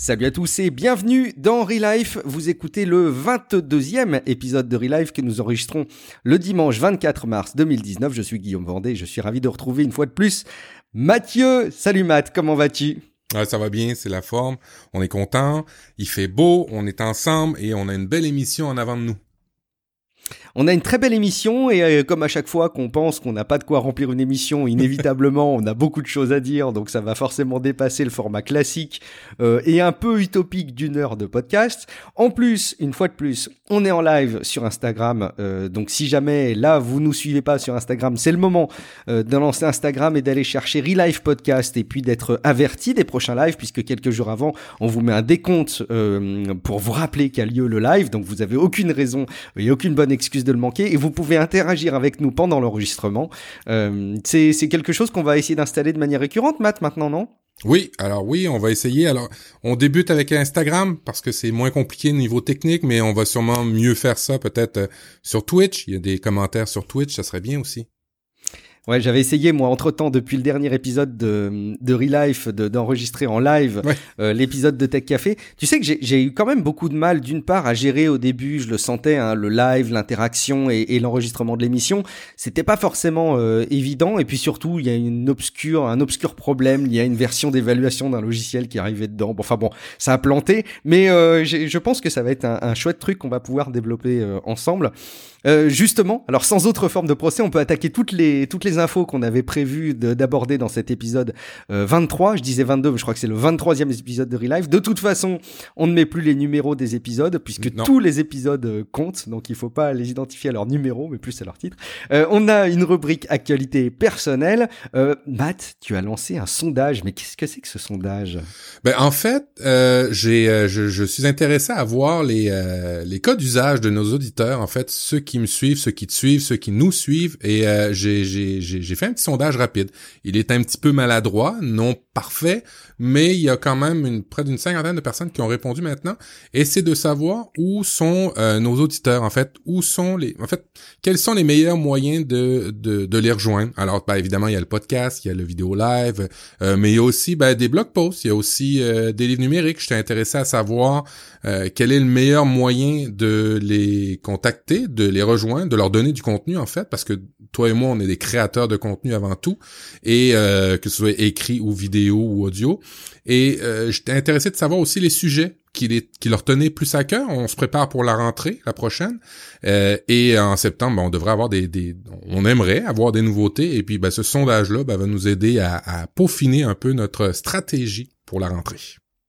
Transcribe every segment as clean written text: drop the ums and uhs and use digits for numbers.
Salut à tous et bienvenue dans Relife. Vous écoutez le 22e épisode de Relife que nous enregistrons le dimanche 24 mars 2019. Je suis Guillaume Vendée et je suis ravi de retrouver une fois de plus Mathieu. Salut Matt, comment vas-tu ? Ça va bien, c'est la forme. On est content, il fait beau, on est ensemble et on a une belle émission en avant de nous. On a une très belle émission et comme à chaque fois qu'on pense qu'on n'a pas de quoi remplir une émission, inévitablement on a beaucoup de choses à dire, donc ça va forcément dépasser le format classique et un peu utopique d'une heure de podcast. En plus, une fois de plus, on est en live sur Instagram, donc si jamais là vous nous suivez pas sur Instagram, c'est le moment de lancer Instagram et d'aller chercher Relife Podcast et puis d'être averti des prochains lives, puisque quelques jours avant on vous met un décompte pour vous rappeler qu'a lieu le live, donc vous avez aucune raison et aucune bonne excuse de le manquer et vous pouvez interagir avec nous pendant l'enregistrement. C'est quelque chose qu'on va essayer d'installer de manière récurrente, Matt, maintenant, non ? Oui, on va essayer. Alors, on débute avec Instagram parce que c'est moins compliqué au niveau technique, mais on va sûrement mieux faire ça peut-être sur Twitch. Il y a des commentaires sur Twitch, ça serait bien aussi. Ouais, j'avais essayé, moi, entre-temps, depuis le dernier épisode de Relife, d'enregistrer en live l'épisode de Tech Café. Tu sais que j'ai eu quand même beaucoup de mal, d'une part, à gérer au début, je le sentais, hein, le live, l'interaction et l'enregistrement de l'émission. C'était pas forcément évident. Et puis surtout, il y a un obscur problème. Il y a une version d'évaluation d'un logiciel qui arrivait dedans. Bon, ça a planté. Mais je pense que ça va être un chouette truc qu'on va pouvoir développer ensemble. Justement, alors sans autre forme de procès, on peut attaquer toutes les infos qu'on avait prévu d'aborder dans cet épisode 23. Je disais 22, mais je crois que c'est le 23e épisode de Relife. De toute façon, on ne met plus les numéros des épisodes puisque tous les épisodes comptent, donc il faut pas les identifier à leur numéro, mais plus à leur titre. On a une rubrique actualité personnelle. Matt, tu as lancé un sondage, mais qu'est-ce que c'est que ce sondage ? En fait, je suis intéressé à voir les cas d'usage de nos auditeurs, en fait, ceux qui me suivent, ceux qui te suivent, ceux qui nous suivent, et j'ai fait un petit sondage rapide. Il est un petit peu maladroit, non parfait, mais il y a quand même près d'une 50aine de personnes qui ont répondu maintenant, et c'est de savoir où sont nos auditeurs, en fait, quels sont les meilleurs moyens de les rejoindre. Alors, évidemment, il y a le podcast, il y a le vidéo live, mais il y a aussi des blog posts, il y a aussi des livres numériques. J'étais intéressé à savoir quel est le meilleur moyen de les contacter, de les rejoindre, de leur donner du contenu, en fait, parce que toi et moi, on est des créateurs de contenu avant tout, et que ce soit écrit ou vidéo ou audio. Et j'étais intéressé de savoir aussi les sujets qui leur tenaient plus à cœur. On se prépare pour la rentrée, la prochaine. Et en septembre, on devrait avoir on aimerait avoir des nouveautés. Et puis, ce sondage-là va nous aider à peaufiner un peu notre stratégie pour la rentrée.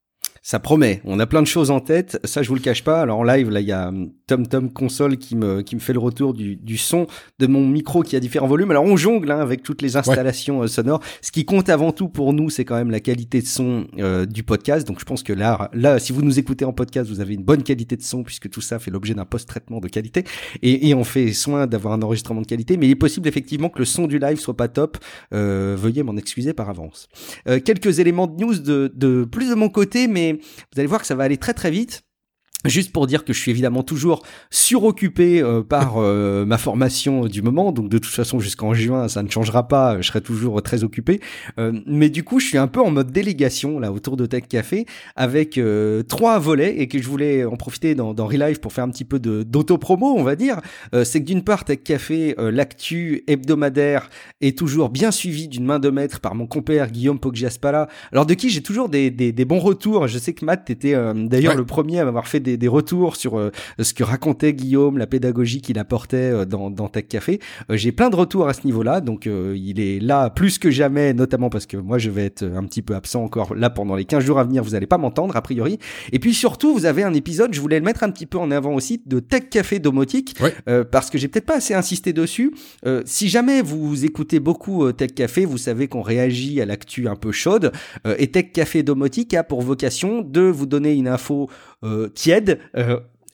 Ça promet, on a plein de choses en tête, ça je vous le cache pas. Alors en live, là il y a TomTom Console qui me fait le retour du son de mon micro qui a différents volumes. Alors on jongle avec toutes les installations sonores. Ce qui compte avant tout pour nous, c'est quand même la qualité de son du podcast. Donc je pense que là, si vous nous écoutez en podcast, vous avez une bonne qualité de son puisque tout ça fait l'objet d'un post-traitement de qualité et on fait soin d'avoir un enregistrement de qualité. Mais il est possible effectivement que le son du live soit pas top. Veuillez m'en excuser par avance. Quelques éléments de news de plus de mon côté, mais vous allez voir que ça va aller très très vite. Juste pour dire que je suis évidemment toujours suroccupé par ma formation du moment, donc de toute façon jusqu'en juin ça ne changera pas, je serai toujours très occupé, mais du coup je suis un peu en mode délégation là autour de Tech Café avec 3 volets et que je voulais en profiter dans Relife pour faire un petit peu d'auto-promo on va dire. C'est que d'une part Tech Café, l'actu hebdomadaire est toujours bien suivi d'une main de maître par mon compère Guillaume Poggiaspala, alors de qui j'ai toujours des bons retours. Je sais que Matt t'étais d'ailleurs le premier à m'avoir fait des retours sur ce que racontait Guillaume, la pédagogie qu'il apportait dans Tech Café. J'ai plein de retours à ce niveau-là, donc il est là plus que jamais, notamment parce que moi je vais être un petit peu absent encore là pendant les 15 jours à venir, vous allez pas m'entendre a priori. Et puis surtout, vous avez un épisode, je voulais le mettre un petit peu en avant aussi, de Tech Café domotique, parce que j'ai peut-être pas assez insisté dessus. Si jamais vous écoutez beaucoup Tech Café, vous savez qu'on réagit à l'actu un peu chaude, et Tech Café domotique a pour vocation de vous donner une info tiède,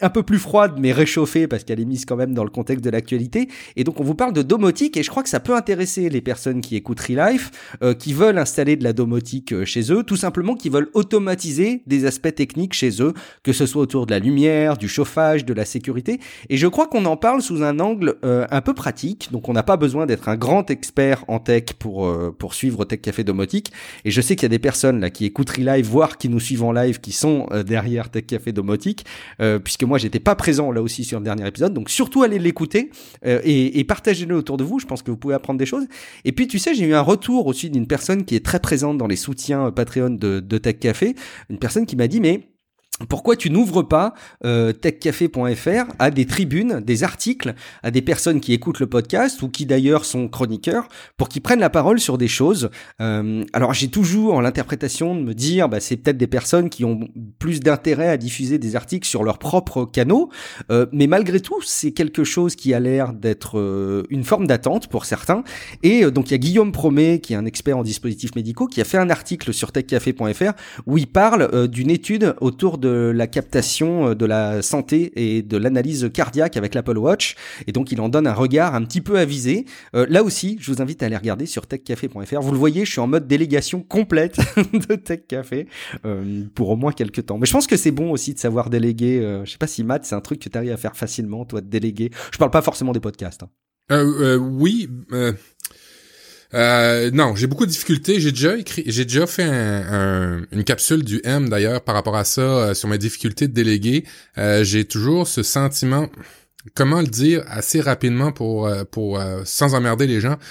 un peu plus froide mais réchauffée parce qu'elle est mise quand même dans le contexte de l'actualité. Et donc on vous parle de domotique et je crois que ça peut intéresser les personnes qui écoutent Relife, qui veulent installer de la domotique chez eux, tout simplement qui veulent automatiser des aspects techniques chez eux, que ce soit autour de la lumière, du chauffage, de la sécurité. Et je crois qu'on en parle sous un angle un peu pratique. Donc on n'a pas besoin d'être un grand expert en tech pour suivre Tech Café Domotique. Et je sais qu'il y a des personnes là qui écoutent Relive, voire qui nous suivent en live, qui sont derrière Tech Café Domotique, puisque moi j'étais pas présent là aussi sur le dernier épisode. Donc surtout allez l'écouter et partagez-le autour de vous. Je pense que vous pouvez apprendre des choses. Et puis tu sais, j'ai eu un retour aussi d'une personne qui est très présente dans les soutiens Patreon de Tech Café, une personne qui m'a dit mais pourquoi tu n'ouvres pas techcafé.fr à des tribunes, des articles, à des personnes qui écoutent le podcast ou qui d'ailleurs sont chroniqueurs pour qu'ils prennent la parole sur des choses. Alors j'ai toujours l'interprétation de me dire c'est peut-être des personnes qui ont plus d'intérêt à diffuser des articles sur leurs propres canaux, mais malgré tout c'est quelque chose qui a l'air d'être une forme d'attente pour certains. Et donc il y a Guillaume Promet qui est un expert en dispositifs médicaux qui a fait un article sur techcafé.fr où il parle d'une étude autour de la captation de la santé et de l'analyse cardiaque avec l'Apple Watch, et donc il en donne un regard un petit peu avisé. Là aussi, je vous invite à aller regarder sur techcafé.fr. Vous le voyez, je suis en mode délégation complète de Tech Café pour au moins quelques temps. Mais je pense que c'est bon aussi de savoir déléguer. Je sais pas si Matt, c'est un truc que tu arrives à faire facilement, toi, de déléguer. Je parle pas forcément des podcasts. Oui. Non, j'ai beaucoup de difficultés. J'ai déjà fait une capsule du M d'ailleurs par rapport à ça sur mes difficultés de déléguer. J'ai toujours ce sentiment, comment le dire assez rapidement pour sans emmerder les gens.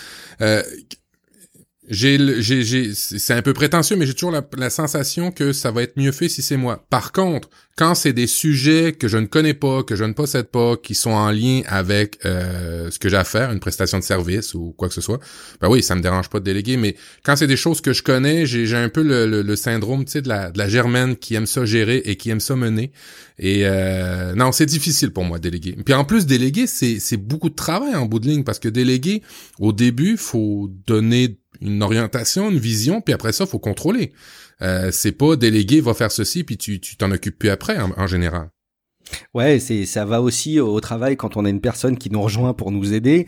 C'est un peu prétentieux, mais j'ai toujours la sensation que ça va être mieux fait si c'est moi. Par contre, quand c'est des sujets que je ne connais pas, que je ne possède pas, qui sont en lien avec ce que j'ai à faire, une prestation de service ou quoi que ce soit, ben oui, ça me dérange pas de déléguer. Mais quand c'est des choses que je connais, j'ai un peu le syndrome, tu sais, de la germaine qui aime ça gérer et qui aime ça mener. Et non, c'est difficile pour moi de déléguer. Puis en plus, déléguer, c'est beaucoup de travail en bout de ligne, parce que déléguer, au début, faut donner une orientation, une vision, puis après ça, faut contrôler. C'est pas déléguer, va faire ceci, puis tu t'en occupes plus après, en général. Ouais, ça va aussi au travail quand on a une personne qui nous rejoint pour nous aider.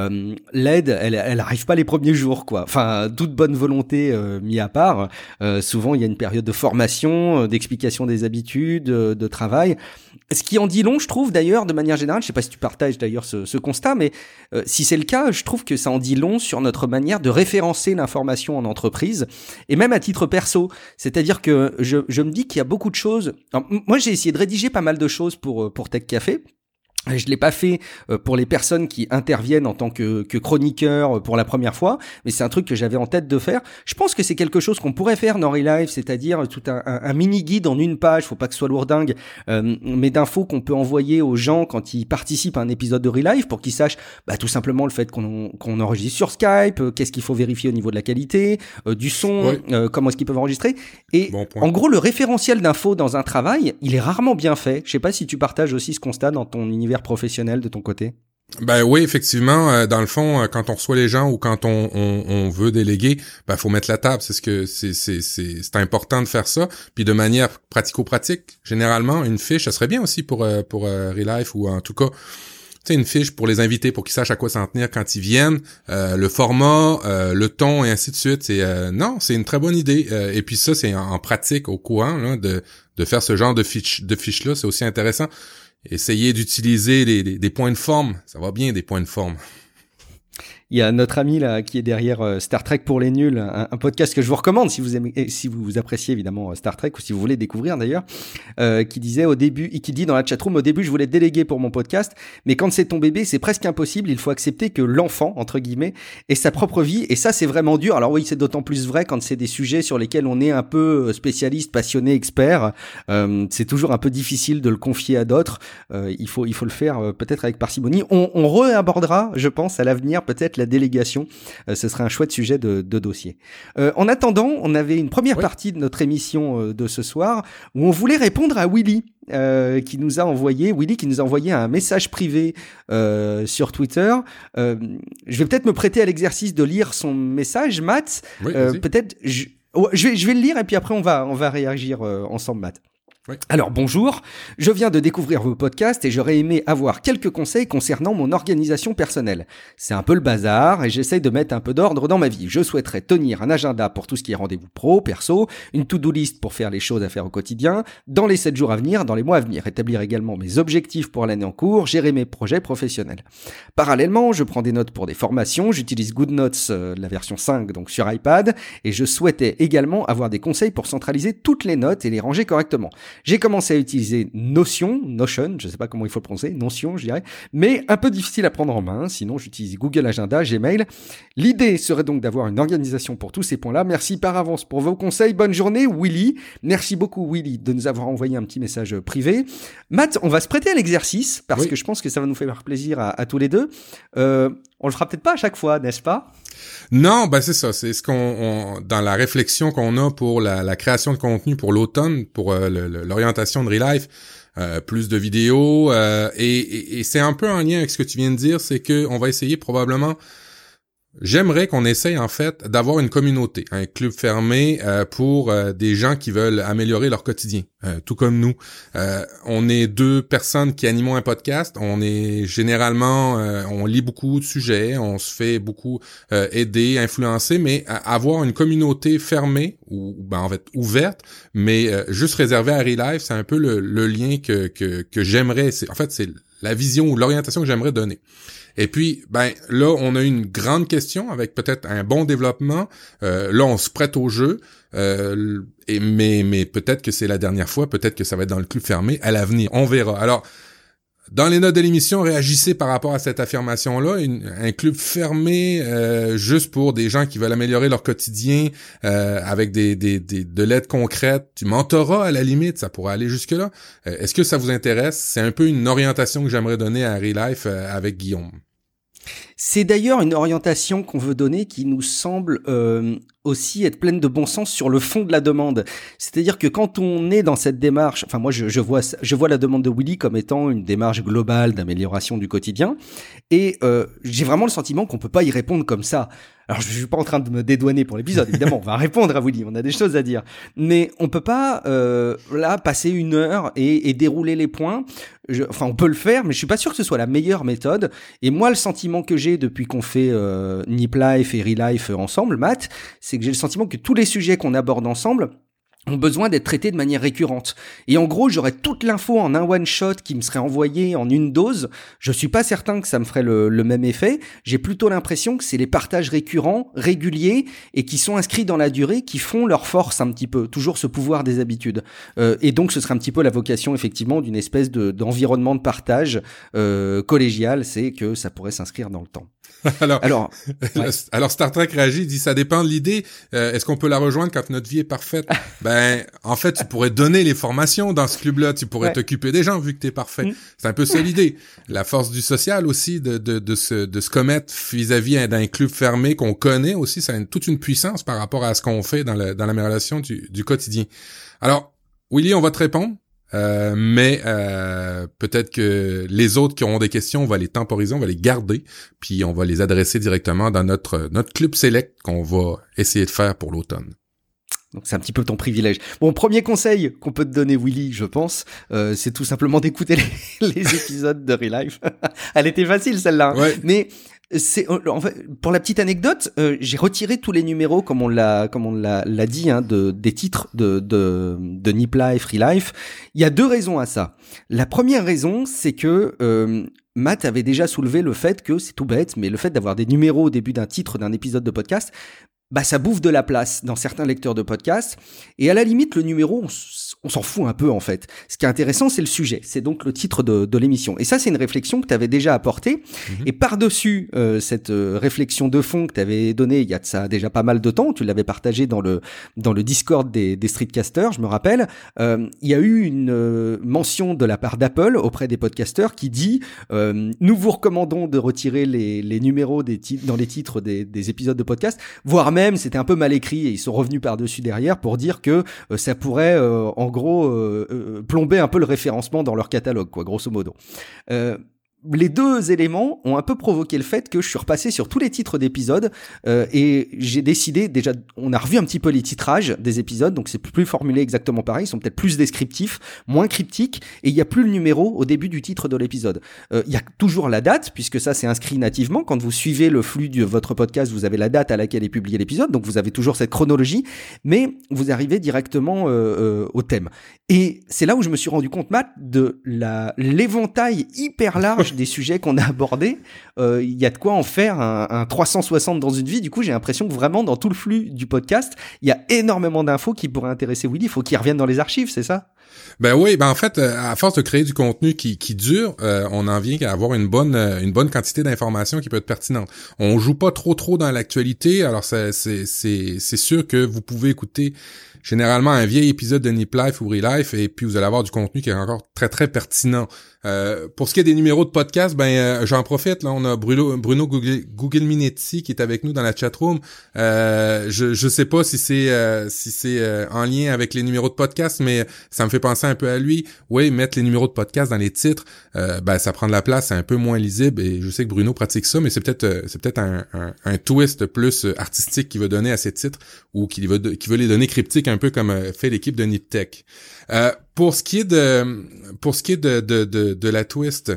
L'aide, elle arrive pas les premiers jours, quoi. Enfin, toute bonne volonté mis à part. Souvent, il y a une période de formation, d'explication des habitudes, de travail. Ce qui en dit long, je trouve d'ailleurs, de manière générale. Je sais pas si tu partages d'ailleurs ce constat, mais si c'est le cas, je trouve que ça en dit long sur notre manière de référencer l'information en entreprise et même à titre perso. C'est-à-dire que je me dis qu'il y a beaucoup de choses. Alors, moi, j'ai essayé de rédiger pas mal de choses pour Tech Café. Je l'ai pas fait pour les personnes qui interviennent en tant que chroniqueurs pour la première fois, mais c'est un truc que j'avais en tête de faire. Je pense que c'est quelque chose qu'on pourrait faire dans Relive, c'est-à-dire tout un mini guide en une page, faut pas que ce soit lourdingue, mais d'infos qu'on peut envoyer aux gens quand ils participent à un épisode de Relive pour qu'ils sachent tout simplement le fait qu'on enregistre sur Skype, qu'est-ce qu'il faut vérifier au niveau de la qualité, du son, comment est-ce qu'ils peuvent enregistrer. Et en gros, le référentiel d'infos dans un travail, il est rarement bien fait. Je sais pas si tu partages aussi ce constat dans ton univers professionnel de ton côté. Ben oui, effectivement, dans le fond, quand on reçoit les gens ou quand on veut déléguer, faut mettre la table. C'est ce que c'est important de faire ça. Puis de manière pratico-pratique, généralement, une fiche, ça serait bien aussi pour Relife, ou en tout cas, tu sais, une fiche pour les invités, pour qu'ils sachent à quoi s'en tenir quand ils viennent, le format, le ton et ainsi de suite. Non, c'est une très bonne idée. Et puis ça, c'est en pratique, au courant là, de faire ce genre de fiche là, c'est aussi intéressant. Essayez d'utiliser des points de forme. Ça va bien, des points de forme. Il y a notre ami là qui est derrière Star Trek pour les nuls, un podcast que je vous recommande si vous aimez, si vous appréciez évidemment Star Trek, ou si vous voulez découvrir d'ailleurs, qui disait au début, qui dit dans la chatroom, au début je voulais déléguer pour mon podcast, mais quand c'est ton bébé c'est presque impossible, il faut accepter que l'enfant entre guillemets ait sa propre vie, et ça c'est vraiment dur. Alors oui, c'est d'autant plus vrai quand c'est des sujets sur lesquels on est un peu spécialiste, passionné, expert. C'est toujours un peu difficile de le confier à d'autres. Il faut le faire peut-être avec parcimonie. On réabordera, je pense, à l'avenir peut-être la délégation. Ce serait un chouette sujet de dossier. En attendant, on avait une première partie de notre émission de ce soir où on voulait répondre à Willy qui nous a envoyé un message privé sur Twitter. Je vais peut-être me prêter à l'exercice de lire son message, Matt. Oui, peut-être je vais le lire et puis après on va réagir ensemble, Matt. Oui. Alors bonjour, je viens de découvrir vos podcasts et j'aurais aimé avoir quelques conseils concernant mon organisation personnelle. C'est un peu le bazar et j'essaye de mettre un peu d'ordre dans ma vie. Je souhaiterais tenir un agenda pour tout ce qui est rendez-vous pro, perso, une to-do list pour faire les choses à faire au quotidien, dans les 7 jours à venir, dans les mois à venir, établir également mes objectifs pour l'année en cours, gérer mes projets professionnels. Parallèlement, je prends des notes pour des formations, j'utilise GoodNotes, la version 5, donc sur iPad, et je souhaitais également avoir des conseils pour centraliser toutes les notes et les ranger correctement. J'ai commencé à utiliser Notion, je sais pas comment il faut le prononcer, Notion je dirais, mais un peu difficile à prendre en main, sinon j'utilise Google Agenda, Gmail. L'idée serait donc d'avoir une organisation pour tous ces points-là. Merci par avance pour vos conseils, bonne journée Willy. Merci beaucoup Willy de nous avoir envoyé un petit message privé. Matt, on va se prêter à l'exercice, parce que je pense que ça va nous faire plaisir à tous les deux. On le fera peut-être pas à chaque fois, n'est-ce pas? Non, ben c'est ça. C'est ce dans la réflexion qu'on a pour la création de contenu pour l'automne, pour l'orientation de Relife, plus de vidéos, et c'est un peu en lien avec ce que tu viens de dire, c'est que on va essayer probablement. J'aimerais qu'on essaye en fait d'avoir une communauté, un club fermé pour des gens qui veulent améliorer leur quotidien, tout comme nous. On est 2 personnes qui animons un podcast. On est généralement, on lit beaucoup de sujets, on se fait beaucoup aider, influencer, mais avoir une communauté fermée ou en fait ouverte, mais juste réservée à Relife, c'est un peu le lien que j'aimerais. C'est la vision ou l'orientation que j'aimerais donner. Et puis, là, on a eu une grande question avec peut-être un bon développement. Là, on se prête au jeu. Mais peut-être que c'est la dernière fois. Peut-être que ça va être dans le club fermé à l'avenir. On verra. Alors, dans les notes de l'émission, réagissez par rapport à cette affirmation-là. Un club fermé juste pour des gens qui veulent améliorer leur quotidien avec de l'aide concrète, du mentorat à la limite, ça pourrait aller jusque-là. Est-ce que ça vous intéresse? C'est un peu une orientation que j'aimerais donner à Relife avec Guillaume. C'est d'ailleurs une orientation qu'on veut donner qui nous semble aussi être pleine de bon sens sur le fond de la demande. C'est-à-dire que quand on est dans cette démarche, enfin moi je vois la demande de Willy comme étant une démarche globale d'amélioration du quotidien, et j'ai vraiment le sentiment qu'on peut pas y répondre comme ça. Alors je suis pas en train de me dédouaner pour l'épisode, évidemment, on va répondre à Willy, on a des choses à dire, mais on peut pas là passer 1 heure et dérouler les points. Enfin on peut le faire, mais je suis pas sûr que ce soit la meilleure méthode. Et moi le sentiment que j'ai depuis qu'on fait Nip Life et Relife ensemble, Matt, c'est que j'ai le sentiment que tous les sujets qu'on aborde ensemble ont besoin d'être traités de manière récurrente. Et en gros, j'aurais toute l'info en un one-shot qui me serait envoyée en une dose. Je suis pas certain que ça me ferait le même effet. J'ai plutôt l'impression que c'est les partages récurrents, réguliers, et qui sont inscrits dans la durée, qui font leur force un petit peu. Toujours ce pouvoir des habitudes. Et donc, ce serait un petit peu la vocation, effectivement, d'une espèce d'environnement de partage collégial. C'est que ça pourrait s'inscrire dans le temps. Alors, Star Trek réagit, dit ça dépend de l'idée. Est-ce qu'on peut la rejoindre quand notre vie est parfaite? En fait, tu pourrais donner les formations dans ce club-là, tu pourrais t'occuper des gens vu que t'es parfait. C'est un peu ça l'idée. La force du social aussi, de se commettre vis-à-vis d'un club fermé qu'on connaît aussi, ça a toute une puissance par rapport à ce qu'on fait dans l'amélioration du quotidien. Alors, Willy, on va te répondre. Mais peut-être que les autres qui auront des questions, on va les temporiser, on va les garder, puis on va les adresser directement dans notre club select qu'on va essayer de faire pour l'automne. Donc c'est un petit peu ton privilège. Bon, premier conseil qu'on peut te donner, Willy, je pense, c'est tout simplement d'écouter les épisodes de Relife. Elle était facile celle-là, hein. Ouais. Mais c'est en fait, pour la petite anecdote, j'ai retiré tous les numéros comme on l'a dit, hein, des titres de Nip Life, Relife. Il y a 2 raisons à ça. La première raison, c'est que Matt avait déjà soulevé le fait que c'est tout bête, mais le fait d'avoir des numéros au début d'un titre d'un épisode de podcast, ça bouffe de la place dans certains lecteurs de podcasts. Et à la limite, le numéro, on s'en fout un peu en fait. Ce qui est intéressant, c'est le sujet. C'est donc le titre de l'émission. Et ça, c'est une réflexion que tu avais déjà apportée. Mm-hmm. Et par-dessus cette réflexion de fond que tu avais donnée il y a de ça déjà pas mal de temps, tu l'avais partagé dans le Discord des Streetcasters, je me rappelle, il y a eu une mention de la part d'Apple auprès des podcasters qui dit nous vous recommandons de retirer les numéros dans les titres des épisodes de podcast, voire même c'était un peu mal écrit et ils sont revenus par-dessus derrière pour dire que ça pourrait en gros plomber un peu le référencement dans leur catalogue, quoi, grosso modo. les deux éléments ont un peu provoqué le fait que je suis repassé sur tous les titres d'épisodes et j'ai décidé, déjà, on a revu un petit peu les titrages des épisodes, donc c'est plus formulé exactement pareil, ils sont peut-être plus descriptifs, moins cryptiques, et il n'y a plus le numéro au début du titre de l'épisode. Il y a toujours la date, puisque ça c'est inscrit nativement, quand vous suivez le flux de votre podcast, vous avez la date à laquelle est publié l'épisode, donc vous avez toujours cette chronologie, mais vous arrivez directement au thème. Et c'est là où je me suis rendu compte, Matt, de l'éventail hyper large des sujets qu'on a abordés. Il y a de quoi en faire un 360 dans une vie. Du coup, j'ai l'impression que vraiment, dans tout le flux du podcast, il y a énormément d'infos qui pourraient intéresser Willy. Il faut qu'il revienne dans les archives, c'est ça? Ben oui, ben en fait, à force de créer du contenu qui dure, on en vient à avoir une bonne quantité d'informations qui peut être pertinente. On joue pas trop dans l'actualité, alors c'est sûr que vous pouvez écouter généralement un vieil épisode de Nip Life ou Relife et puis vous allez avoir du contenu qui est encore très très pertinent. Pour ce qui est des numéros de podcast, j'en profite, là on a Bruno Google Minetti qui est avec nous dans la chatroom. Je sais pas si c'est en lien avec les numéros de podcast, mais ça me fait penser un peu à lui. Oui, mettre les numéros de podcast dans les titres, ça prend de la place, c'est un peu moins lisible et je sais que Bruno pratique ça, mais c'est peut-être un twist plus artistique qu'il veut donner à ses titres ou qu'il veut les donner cryptiques un peu comme fait l'équipe de Niptech. Pour ce qui est de la twist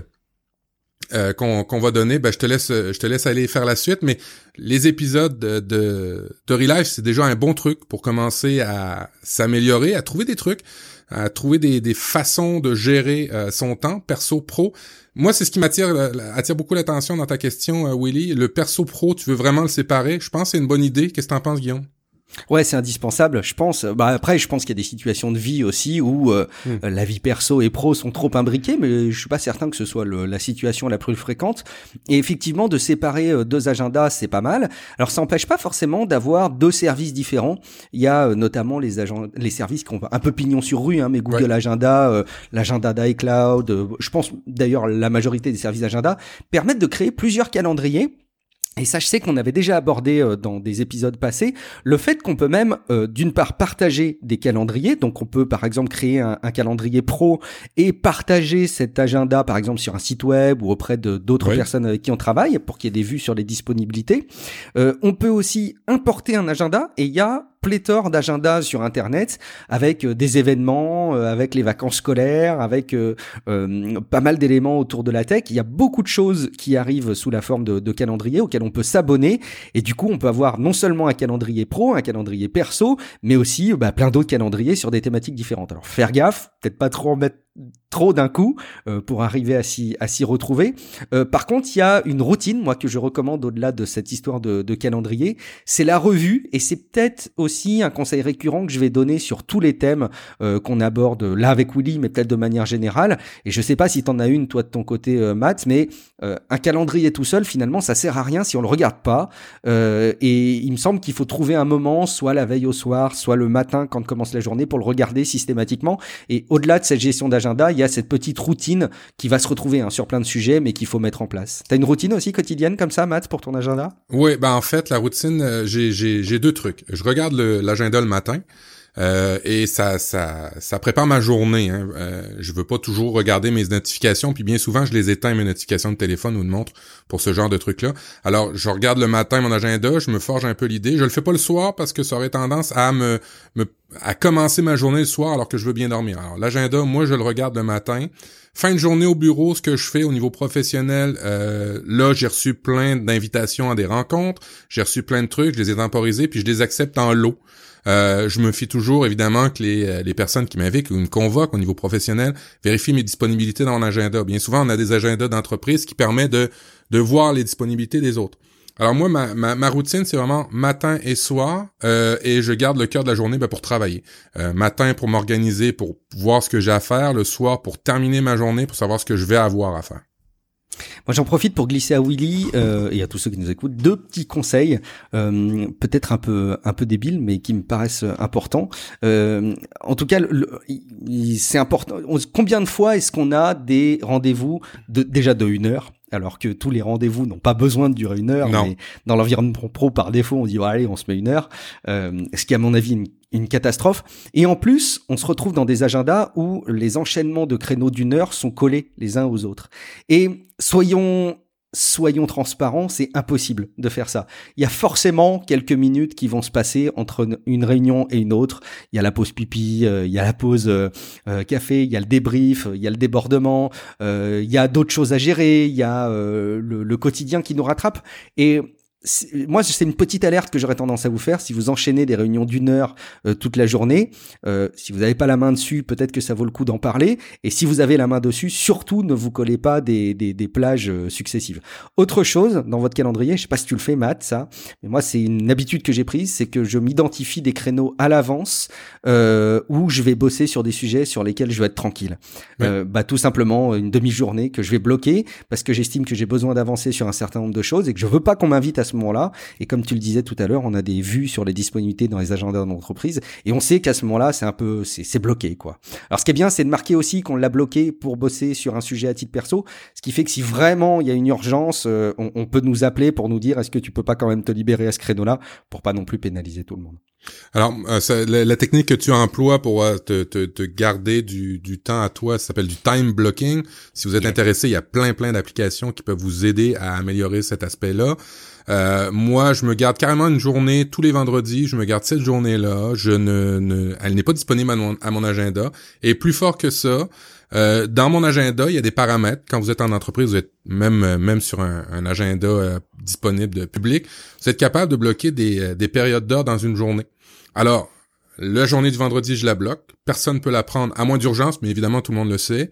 qu'on va donner, je te laisse aller faire la suite, mais les épisodes de Relife, c'est déjà un bon truc pour commencer à s'améliorer, à trouver des trucs, à trouver des façons de gérer son temps perso pro. Moi, c'est ce qui attire beaucoup l'attention dans ta question, Willy. Le perso pro, tu veux vraiment le séparer? Je pense que c'est une bonne idée. Qu'est-ce que t'en penses, Guillaume? Ouais, c'est indispensable, je pense. Après, je pense qu'il y a des situations de vie aussi où la vie perso et pro sont trop imbriquées, mais je suis pas certain que ce soit la situation la plus fréquente. Et effectivement, de séparer deux agendas, c'est pas mal. Alors, ça n'empêche pas forcément d'avoir deux services différents. Il y a notamment les services qui ont un peu pignon sur rue, mais Google Agenda, l'agenda d'iCloud, je pense d'ailleurs la majorité des services d'agenda permettent de créer plusieurs calendriers. Et ça, je sais qu'on avait déjà abordé dans des épisodes passés, le fait qu'on peut même, d'une part, partager des calendriers. Donc, on peut, par exemple, créer un calendrier pro et partager cet agenda, par exemple, sur un site web ou auprès de d'autres personnes avec qui on travaille pour qu'il y ait des vues sur les disponibilités. On peut aussi importer un agenda et il y a pléthore d'agendas sur Internet avec des événements, avec les vacances scolaires, avec pas mal d'éléments autour de la tech. Il y a beaucoup de choses qui arrivent sous la forme de calendrier auxquels on peut s'abonner et du coup on peut avoir non seulement un calendrier pro, un calendrier perso, mais aussi plein d'autres calendriers sur des thématiques différentes. Alors faire gaffe, peut-être pas trop en mettre trop d'un coup pour arriver à s'y retrouver. Par contre, il y a une routine, moi, que je recommande au-delà de cette histoire de calendrier, c'est la revue, et c'est peut-être aussi un conseil récurrent que je vais donner sur tous les thèmes qu'on aborde là avec Willy, mais peut-être de manière générale. Et je sais pas si t'en as une, toi, de ton côté, Matt, mais un calendrier tout seul, finalement, ça sert à rien si on le regarde pas. Et il me semble qu'il faut trouver un moment, soit la veille au soir, soit le matin quand commence la journée, pour le regarder systématiquement. Et au-delà de cette gestion d'agenda, il y a cette petite routine qui va se retrouver sur plein de sujets, mais qu'il faut mettre en place. T'as une routine aussi quotidienne comme ça, Matt, pour ton agenda? Oui, en fait, la routine, j'ai deux trucs. Je regarde l'agenda le matin. Et ça prépare ma journée. Je veux pas toujours regarder mes notifications, puis bien souvent je les éteins, mes notifications de téléphone ou de montre pour ce genre de trucs-là. Alors je regarde le matin mon agenda, je me forge un peu l'idée. Je le fais pas le soir parce que ça aurait tendance à à commencer ma journée le soir alors que je veux bien dormir. Alors l'agenda, moi je le regarde le matin. Fin de journée au bureau, ce que je fais au niveau professionnel, là j'ai reçu plein d'invitations à des rencontres, j'ai reçu plein de trucs, je les ai temporisés puis je les accepte en lot. Je me fie toujours, évidemment, que les personnes qui m'invitent ou me convoquent au niveau professionnel vérifient mes disponibilités dans mon agenda. Bien souvent, on a des agendas d'entreprise qui permettent de voir les disponibilités des autres. Alors moi, ma routine, c'est vraiment matin et soir, et je garde le cœur de la journée pour travailler. Matin pour m'organiser, pour voir ce que j'ai à faire, le soir pour terminer ma journée, pour savoir ce que je vais avoir à faire. Moi, j'en profite pour glisser à Willy et à tous ceux qui nous écoutent deux petits conseils, peut-être un peu débiles, mais qui me paraissent importants. En tout cas, c'est important. Combien de fois est-ce qu'on a des rendez-vous déjà de 1 heure alors que tous les rendez-vous n'ont pas besoin de durer 1 heure, Non. mais dans l'environnement pro, par défaut, on dit allez, on se met 1 heure, ce qui est à mon avis une catastrophe. Et en plus, on se retrouve dans des agendas où les enchaînements de créneaux d'1 heure sont collés les uns aux autres. Et soyons transparents, c'est impossible de faire ça. Il y a forcément quelques minutes qui vont se passer entre une réunion et une autre. Il y a la pause pipi, il y a la pause café, il y a le débrief, il y a le débordement, il y a d'autres choses à gérer, il y a le quotidien qui nous rattrape. Et moi, c'est une petite alerte que j'aurais tendance à vous faire. Si vous enchaînez des réunions d'1 heure toute la journée, si vous n'avez pas la main dessus, peut-être que ça vaut le coup d'en parler. Et si vous avez la main dessus, surtout ne vous collez pas des plages successives. Autre chose dans votre calendrier, je sais pas si tu le fais, Matt, ça, mais moi c'est une habitude que j'ai prise, c'est que je m'identifie des créneaux à l'avance où je vais bosser sur des sujets sur lesquels je vais être tranquille. Ouais. Tout simplement une demi-journée que je vais bloquer parce que j'estime que j'ai besoin d'avancer sur un certain nombre de choses et que je veux pas qu'on m'invite à ce moment-là. Et comme tu le disais tout à l'heure, on a des vues sur les disponibilités dans les agendas de l'entreprise et on sait qu'à ce moment-là, c'est bloqué, quoi. Alors, ce qui est bien, c'est de marquer aussi qu'on l'a bloqué pour bosser sur un sujet à titre perso, ce qui fait que si vraiment il y a une urgence, on peut nous appeler pour nous dire est-ce que tu peux pas quand même te libérer à ce créneau-là pour pas non plus pénaliser tout le monde. Alors, la technique que tu emploies pour te garder du temps à toi, ça s'appelle du time blocking. Si vous êtes intéressé, il y a plein d'applications qui peuvent vous aider à améliorer cet aspect-là. Moi, je me garde carrément une journée tous les vendredis. Je me garde cette journée-là. Elle n'est pas disponible à mon agenda. Et plus fort que ça, dans mon agenda, il y a des paramètres. Quand vous êtes en entreprise, vous êtes même sur un agenda disponible de public, vous êtes capable de bloquer des périodes d'heures dans une journée. Alors, la journée du vendredi, je la bloque. Personne ne peut la prendre, à moins d'urgence, mais évidemment, tout le monde le sait.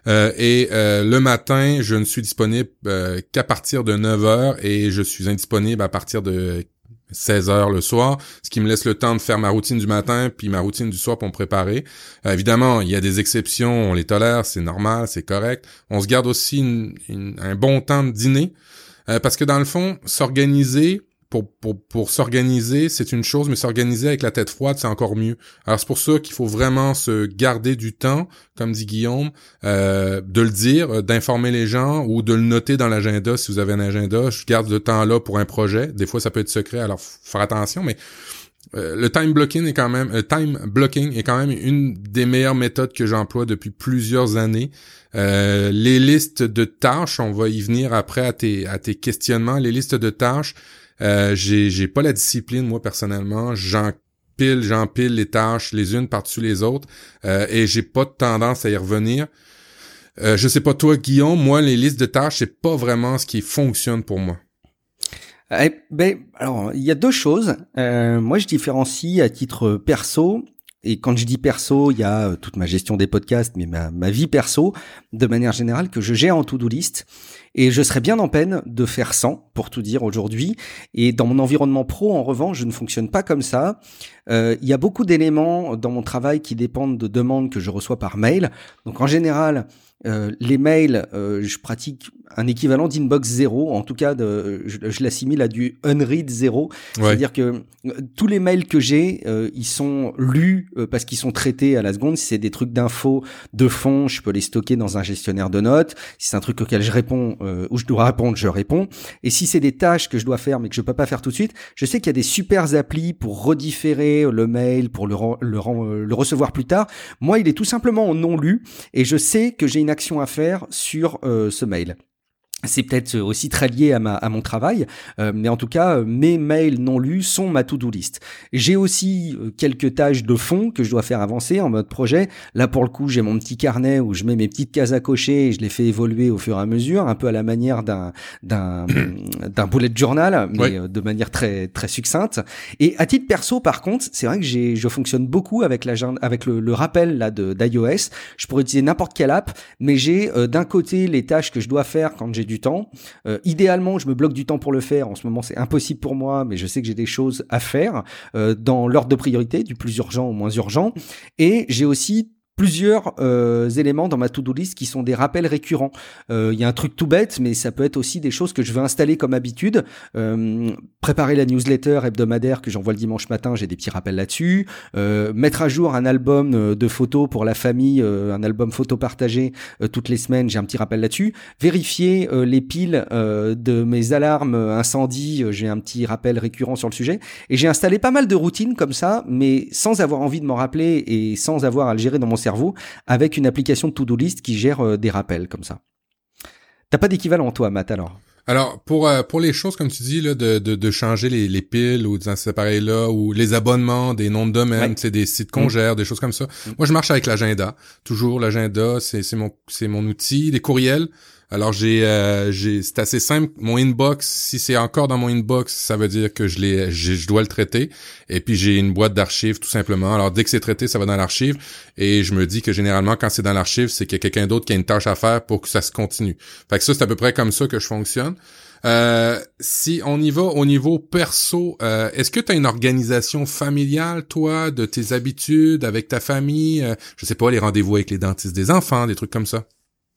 Le matin, je ne suis disponible qu'à partir de 9h et je suis indisponible à partir de 16h le soir, ce qui me laisse le temps de faire ma routine du matin puis ma routine du soir pour me préparer. Évidemment, il y a des exceptions, on les tolère, c'est normal, c'est correct. On se garde aussi un bon temps de dîner parce que dans le fond, s'organiser... Pour s'organiser, c'est une chose, mais s'organiser avec la tête froide, c'est encore mieux. Alors c'est pour ça qu'il faut vraiment se garder du temps, comme dit Guillaume, de le dire, d'informer les gens ou de le noter dans l'agenda si vous avez un agenda. Je garde le temps là pour un projet. Des fois, ça peut être secret, alors faut faire attention, mais le time blocking est quand même une des meilleures méthodes que j'emploie depuis plusieurs années. Les listes de tâches, on va y venir après à tes questionnements. Les listes de tâches, j'ai pas la discipline, moi, personnellement. J'empile les tâches les unes par-dessus les autres, et j'ai pas de tendance à y revenir. Je sais pas toi, Guillaume, moi, les listes de tâches, c'est pas vraiment ce qui fonctionne pour moi. Alors, il y a deux choses. Moi, je différencie à titre perso. Et quand je dis perso, il y a toute ma gestion des podcasts, mais ma vie perso, de manière générale, que je gère en to-do list. Et je serais bien en peine de faire 100, pour tout dire aujourd'hui. Et dans mon environnement pro, en revanche, je ne fonctionne pas comme ça. Il y a beaucoup d'éléments dans mon travail qui dépendent de demandes que je reçois par mail. Donc en général, les mails, je pratique un équivalent d'inbox 0, en tout cas je l'assimile à du unread 0, ouais. C'est-à-dire que tous les mails que j'ai, ils sont lus parce qu'ils sont traités à la seconde. Si c'est des trucs d'infos de fond, je peux les stocker dans un gestionnaire de notes. Si c'est un truc auquel je réponds ou je dois répondre, je réponds. Et si c'est des tâches que je dois faire mais que je peux pas faire tout de suite, je sais qu'il y a des super applis pour redifférer le mail, pour le recevoir plus tard. Moi, il est tout simplement en non lu et je sais que j'ai une action à faire sur ce mail. C'est peut-être aussi très lié à mon travail, mais en tout cas, mes mails non lus sont ma to-do list. J'ai aussi quelques tâches de fond que je dois faire avancer en mode projet. Là, pour le coup, j'ai mon petit carnet où je mets mes petites cases à cocher et je les fais évoluer au fur et à mesure, un peu à la manière d'un bullet journal, mais de manière très très succincte. Et à titre perso, par contre, c'est vrai que je fonctionne beaucoup avec le rappel là d'iOS. Je pourrais utiliser n'importe quelle app, mais j'ai d'un côté les tâches que je dois faire quand j'ai du temps. Idéalement, je me bloque du temps pour le faire. En ce moment, c'est impossible pour moi, mais je sais que j'ai des choses à faire dans l'ordre de priorité, du plus urgent au moins urgent. Et j'ai aussi plusieurs éléments dans ma to-do list qui sont des rappels récurrents. Il y a un truc tout bête, mais ça peut être aussi des choses que je veux installer comme habitude. Préparer la newsletter hebdomadaire que j'envoie le dimanche matin, j'ai des petits rappels là-dessus. Mettre à jour un album de photos pour la famille, un album photo partagé toutes les semaines, j'ai un petit rappel là-dessus. Vérifier les piles de mes alarmes incendie, j'ai un petit rappel récurrent sur le sujet. Et j'ai installé pas mal de routines comme ça, mais sans avoir envie de m'en rappeler et sans avoir à le gérer dans mon cerveau, avec une application de to-do list qui gère des rappels comme ça. T'as pas d'équivalent toi, Matt, alors? Alors, pour les choses, comme tu dis, là, de changer les piles ou ces appareils-là, ou les abonnements, des noms de domaine, c'est des sites qu'on gère, des choses comme ça. Moi, je marche avec l'agenda. Toujours, l'agenda, c'est mon outil. Les courriels. Alors, c'est assez simple. Mon inbox, si c'est encore dans mon inbox, ça veut dire que je dois le traiter. Et puis, j'ai une boîte d'archives, tout simplement. Alors, dès que c'est traité, ça va dans l'archive. Et je me dis que généralement, quand c'est dans l'archive, c'est qu'il y a quelqu'un d'autre qui a une tâche à faire pour que ça se continue. Fait que ça, c'est à peu près comme ça que je fonctionne. Si on y va au niveau perso, est-ce que tu as une organisation familiale, toi, de tes habitudes avec ta famille? Je sais pas, les rendez-vous avec les dentistes des enfants, des trucs comme ça.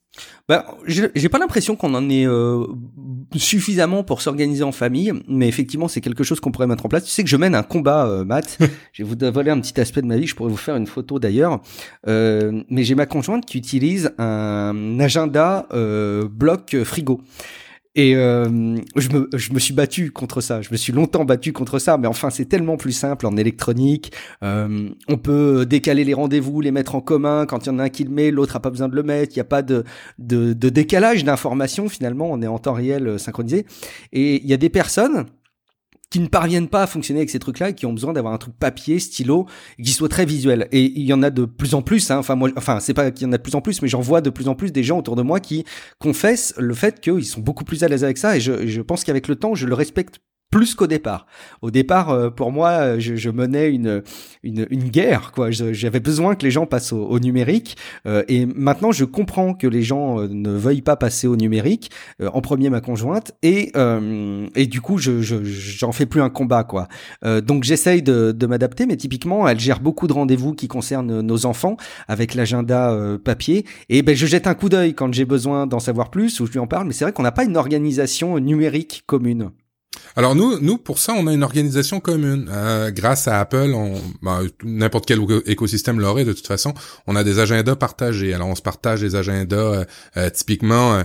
J'ai pas l'impression qu'on en ait suffisamment pour s'organiser en famille, mais effectivement c'est quelque chose qu'on pourrait mettre en place. Tu sais que je mène un combat, Matt. Je vais vous dévoiler un petit aspect de ma vie. Je pourrais vous faire une photo d'ailleurs, mais j'ai ma conjointe qui utilise un agenda bloc frigo. Et je me suis battu contre ça. Je me suis longtemps battu contre ça, mais enfin c'est tellement plus simple en électronique. On peut décaler les rendez-vous, les mettre en commun. Quand il y en a un qui le met, l'autre a pas besoin de le mettre. Il y a pas de décalage d'informations finalement. On est en temps réel synchronisé. Et il y a des personnes qui ne parviennent pas à fonctionner avec ces trucs-là et qui ont besoin d'avoir un truc papier, stylo, qui soit très visuel. Et il y en a de plus en plus, hein. C'est pas qu'il y en a de plus en plus, mais j'en vois de plus en plus des gens autour de moi qui confessent le fait qu'ils sont beaucoup plus à l'aise avec ça, et je pense qu'avec le temps, je le respecte plus qu'au départ. Au départ, pour moi, je menais une guerre, quoi. J'avais besoin que les gens passent au numérique, et maintenant je comprends que les gens ne veuillent pas passer au numérique. En premier ma conjointe, et du coup j'en fais plus un combat, quoi. Donc j'essaye de m'adapter, mais typiquement elle gère beaucoup de rendez-vous qui concernent nos enfants avec l'agenda papier, et je jette un coup d'œil quand j'ai besoin d'en savoir plus, ou je lui en parle. Mais c'est vrai qu'on n'a pas une organisation numérique commune. Alors nous pour ça, on a une organisation commune. Grâce à Apple, n'importe quel écosystème l'aurait de toute façon. On a des agendas partagés. Alors on se partage les agendas, typiquement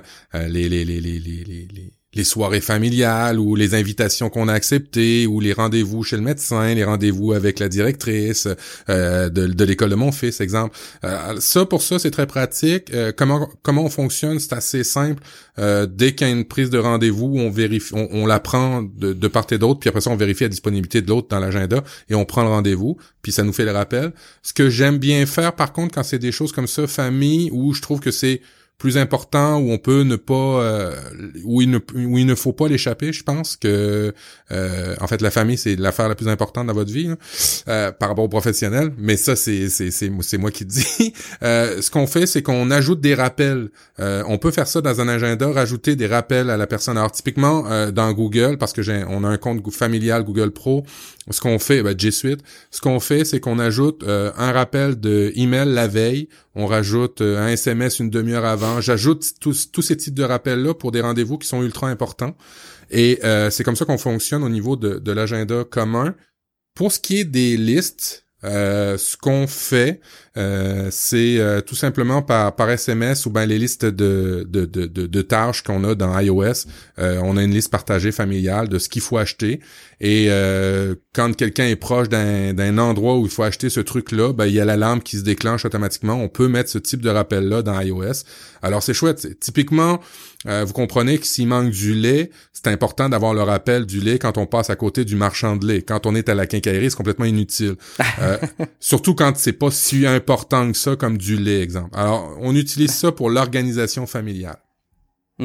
les soirées familiales, ou les invitations qu'on a acceptées, ou les rendez-vous chez le médecin, les rendez-vous avec la directrice de l'école de mon fils, exemple. Pour ça, c'est très pratique. Comment on fonctionne, c'est assez simple. Dès qu'il y a une prise de rendez-vous, on vérifie, on la prend de part et d'autre, puis après ça, on vérifie la disponibilité de l'autre dans l'agenda, et on prend le rendez-vous, puis ça nous fait le rappel. Ce que j'aime bien faire, par contre, quand c'est des choses comme ça, famille, où je trouve que c'est plus important, où on peut ne pas où il ne faut pas l'échapper. Je pense que en fait la famille, c'est l'affaire la plus importante dans votre vie, par rapport aux professionnels, mais ça c'est moi qui le dis. Ce qu'on fait, c'est qu'on ajoute des rappels. On peut faire ça dans un agenda, rajouter des rappels à la personne. Alors typiquement dans Google, parce que on a un compte familial Google Pro, ce qu'on fait, G Suite, ce qu'on fait, c'est qu'on ajoute un rappel de email la veille, on rajoute un SMS une demi-heure avant. J'ajoute tous ces types de rappels-là pour des rendez-vous qui sont ultra importants. Et c'est comme ça qu'on fonctionne au niveau de l'agenda commun. Pour ce qui est des listes, ce qu'on fait, c'est tout simplement par SMS, ou bien les listes de tâches qu'on a dans iOS. On a une liste partagée familiale de ce qu'il faut acheter. Et quand quelqu'un est proche d'un endroit où il faut acheter ce truc-là, il y a l'alarme qui se déclenche automatiquement. On peut mettre ce type de rappel-là dans iOS. Alors c'est chouette. Typiquement, vous comprenez que s'il manque du lait, c'est important d'avoir le rappel du lait quand on passe à côté du marchand de lait. Quand on est à la quincaillerie, c'est complètement inutile. Surtout quand c'est pas si important que ça, comme du lait, exemple. Alors, on utilise ça pour l'organisation familiale.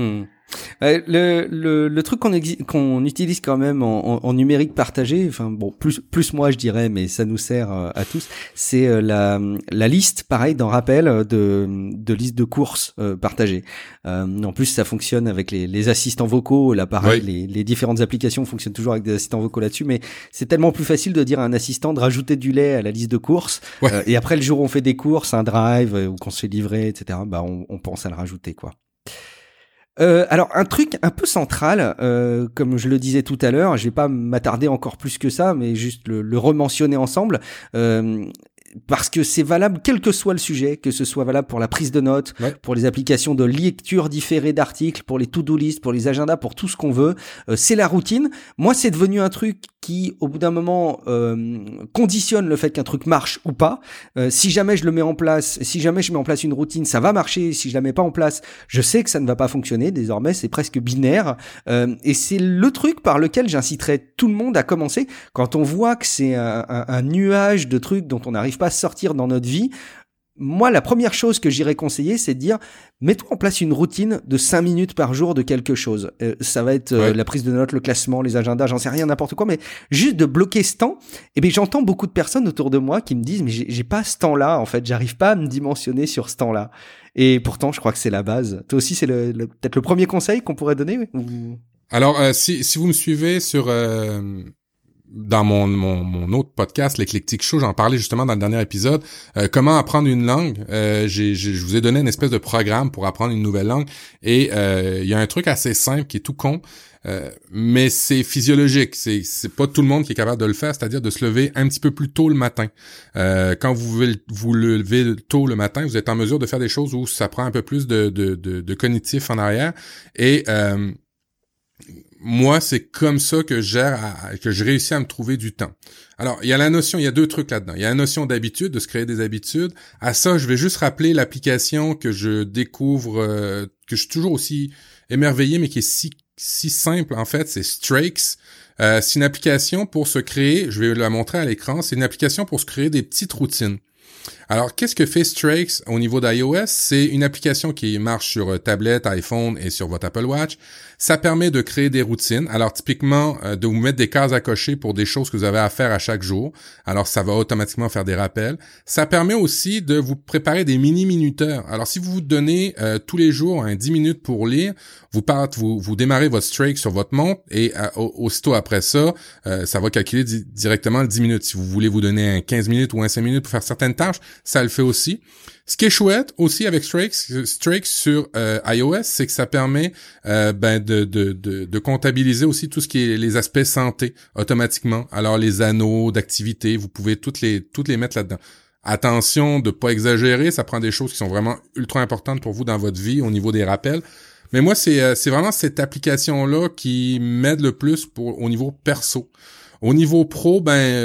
Le truc qu'on utilise quand même en numérique partagé, enfin bon, plus moi je dirais, mais ça nous sert à tous, c'est la liste, pareil, dans Rappel, de liste de courses partagées. En plus, ça fonctionne avec les assistants vocaux. Là, pareil, les différentes applications fonctionnent toujours avec des assistants vocaux là-dessus, mais c'est tellement plus facile de dire à un assistant de rajouter du lait à la liste de courses. Et après, le jour où on fait des courses, un drive, ou qu'on se fait livrer, etc., bah on pense à le rajouter, quoi. Alors un truc un peu central, comme je le disais tout à l'heure, je vais pas m'attarder encore plus que ça, mais juste le rementionner ensemble. Parce que c'est valable quel que soit le sujet, que ce soit valable pour la prise de notes, pour les applications de lecture différée d'articles, pour les to-do list, pour les agendas, pour tout ce qu'on veut. C'est la routine. Moi, c'est devenu un truc qui, au bout d'un moment, conditionne le fait qu'un truc marche ou pas. Si jamais je le mets en place, si jamais je mets en place une routine, ça va marcher. Si je la mets pas en place, je sais que ça ne va pas fonctionner. Désormais, c'est presque binaire. Et c'est le truc par lequel j'inciterais tout le monde à commencer. Quand on voit que c'est un nuage de trucs dont on n'arrive pas à sortir dans notre vie, moi, la première chose que j'irais conseiller, c'est de dire, mettons en place une routine de 5 minutes par jour de quelque chose. Ça va être la prise de notes, le classement, les agendas, j'en sais rien, n'importe quoi, mais juste de bloquer ce temps. Et bien, j'entends beaucoup de personnes autour de moi qui me disent, mais j'ai pas ce temps-là, en fait, j'arrive pas à me dimensionner sur ce temps-là. Et pourtant, je crois que c'est la base. Toi aussi, c'est peut-être le premier conseil qu'on pourrait donner, ou... Alors, si vous me suivez sur... dans mon autre podcast, l'Eclectic Show, j'en parlais justement dans le dernier épisode. Comment apprendre une langue. Je vous ai donné une espèce de programme pour apprendre une nouvelle langue. Et il y a un truc assez simple qui est tout con, mais c'est physiologique. C'est pas tout le monde qui est capable de le faire, c'est-à-dire de se lever un petit peu plus tôt le matin. Quand vous levez tôt le matin, vous êtes en mesure de faire des choses où ça prend un peu plus de cognitif en arrière. Et moi, c'est comme ça que je réussis à me trouver du temps. Alors, il y a deux trucs là-dedans. Il y a la notion d'habitude, de se créer des habitudes. À ça, je vais juste rappeler l'application que je découvre, que je suis toujours aussi émerveillé, mais qui est si simple, en fait, c'est Strakes. C'est une application pour se créer, je vais la montrer à l'écran, c'est une application pour se créer des petites routines. Alors, qu'est-ce que fait Strakes au niveau d'iOS? C'est une application qui marche sur tablette, iPhone et sur votre Apple Watch. Ça permet de créer des routines. Alors, typiquement, de vous mettre des cases à cocher pour des choses que vous avez à faire à chaque jour. Alors, ça va automatiquement faire des rappels. Ça permet aussi de vous préparer des mini-minuteurs. Alors, si vous vous donnez tous les jours 10 minutes pour lire, vous démarrez votre Strakes sur votre montre et aussitôt après ça, ça va calculer directement le 10 minutes. Si vous voulez vous donner 15 minutes ou 5 minutes pour faire certaines tâches, ça le fait aussi. Ce qui est chouette aussi avec Strakes sur iOS, c'est que ça permet de comptabiliser aussi tout ce qui est les aspects santé automatiquement. Alors les anneaux d'activité, vous pouvez toutes les mettre là-dedans. Attention de pas exagérer, ça prend des choses qui sont vraiment ultra importantes pour vous dans votre vie au niveau des rappels. Mais moi, c'est vraiment cette application-là qui m'aide le plus au niveau perso. Au niveau pro,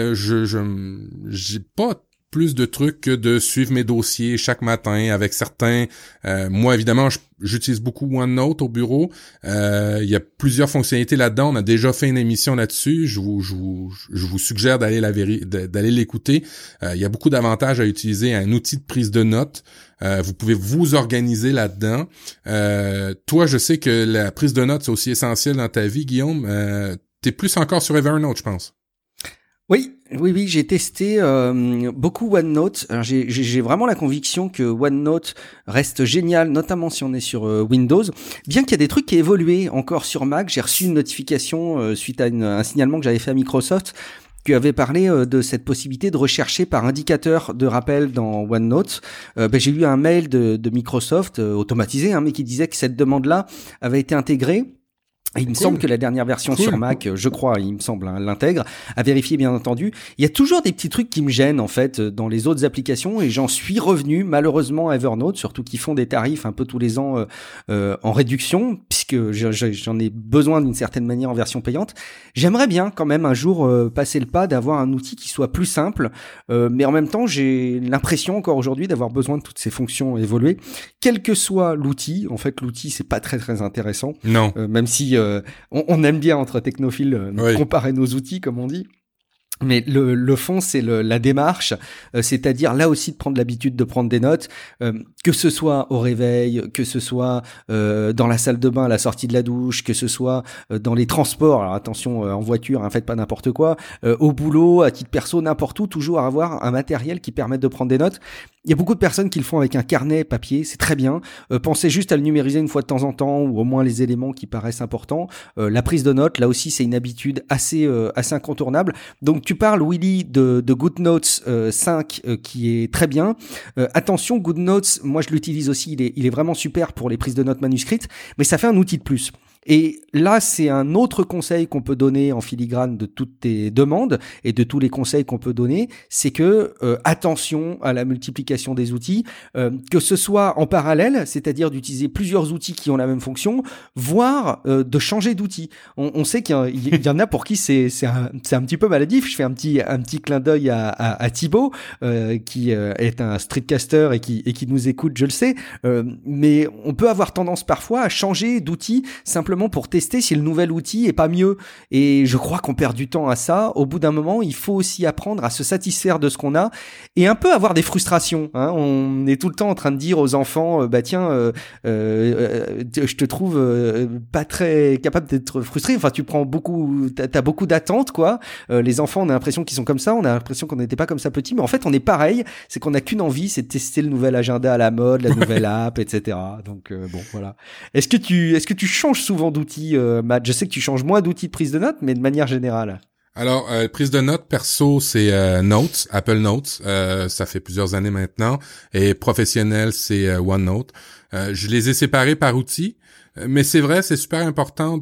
j'ai pas plus de trucs que de suivre mes dossiers chaque matin avec certains. Moi, évidemment, j'utilise beaucoup OneNote au bureau. Il y a plusieurs fonctionnalités là-dedans. On a déjà fait une émission là-dessus. Je vous suggère d'aller l'écouter. Il y a beaucoup d'avantages à utiliser un outil de prise de notes. Vous pouvez vous organiser là-dedans. Toi, je sais que la prise de notes, c'est aussi essentiel dans ta vie, Guillaume. T'es plus encore sur Evernote, je pense. Oui, j'ai testé beaucoup OneNote. Alors j'ai vraiment la conviction que OneNote reste génial, notamment si on est sur Windows. Bien qu'il y a des trucs qui évoluent encore sur Mac, j'ai reçu une notification suite à un signalement que j'avais fait à Microsoft qui avait parlé de cette possibilité de rechercher par indicateur de rappel dans OneNote. J'ai eu un mail de Microsoft automatisé, mais qui disait que cette demande-là avait été intégrée. Et il me semble que la dernière version sur Mac, je crois, il me semble, l'intègre, à vérifier bien entendu. Il y a toujours des petits trucs qui me gênent en fait dans les autres applications et j'en suis revenu malheureusement à Evernote, surtout qu'ils font des tarifs un peu tous les ans en réduction puisque j'en ai besoin d'une certaine manière en version payante. J'aimerais bien quand même un jour passer le pas d'avoir un outil qui soit plus simple, mais en même temps j'ai l'impression encore aujourd'hui d'avoir besoin de toutes ces fonctions évoluées, quel que soit l'outil. En fait, l'outil c'est pas très très intéressant. Non. Même si on aime bien entre technophiles comparer nos outils, comme on dit. Mais le fond, c'est la démarche, c'est-à-dire là aussi de prendre l'habitude de prendre des notes, que ce soit au réveil, que ce soit dans la salle de bain à la sortie de la douche, que ce soit dans les transports, alors attention en voiture, hein, faites pas n'importe quoi, au boulot, à titre perso, n'importe où, toujours avoir un matériel qui permette de prendre des notes. Il y a beaucoup de personnes qui le font avec un carnet papier, c'est très bien. Pensez juste à le numériser une fois de temps en temps, ou au moins les éléments qui paraissent importants. La prise de notes, là aussi, c'est une habitude assez incontournable. Donc tu parles, Willy, de GoodNotes 5 qui est très bien. Attention, GoodNotes, moi je l'utilise aussi, il est vraiment super pour les prises de notes manuscrites, mais ça fait un outil de plus. Et là, c'est un autre conseil qu'on peut donner en filigrane de toutes tes demandes et de tous les conseils qu'on peut donner, c'est que attention à la multiplication des outils, que ce soit en parallèle, c'est-à-dire d'utiliser plusieurs outils qui ont la même fonction, voire de changer d'outil. On sait qu'il y en a pour qui c'est un petit peu maladif. Je fais un petit clin d'œil à Thibaut, qui est un streetcaster et qui nous écoute, je le sais, mais on peut avoir tendance parfois à changer d'outil simplement pour tester si le nouvel outil est pas mieux. Et je crois qu'on perd du temps à ça. Au bout d'un moment, il faut aussi apprendre à se satisfaire de ce qu'on a et un peu avoir des frustrations. Hein. On est tout le temps en train de dire aux enfants, bah tiens, je te trouve pas très capable d'être frustré. Enfin, tu prends beaucoup, t'as beaucoup d'attentes, quoi. Les enfants, on a l'impression qu'ils sont comme ça. On a l'impression qu'on n'était pas comme ça petit, mais en fait, on est pareil. C'est qu'on n'a qu'une envie, c'est de tester le nouvel agenda à la mode, la nouvelle app, etc. Donc bon, voilà. Est-ce que tu changes souvent d'outils, Matt? Je sais que tu changes moins d'outils de prise de notes, mais de manière générale. Alors, prise de notes perso, c'est Notes, Apple Notes. Ça fait plusieurs années maintenant. Et professionnel, c'est OneNote. Je les ai séparés par outils, mais c'est vrai, c'est super important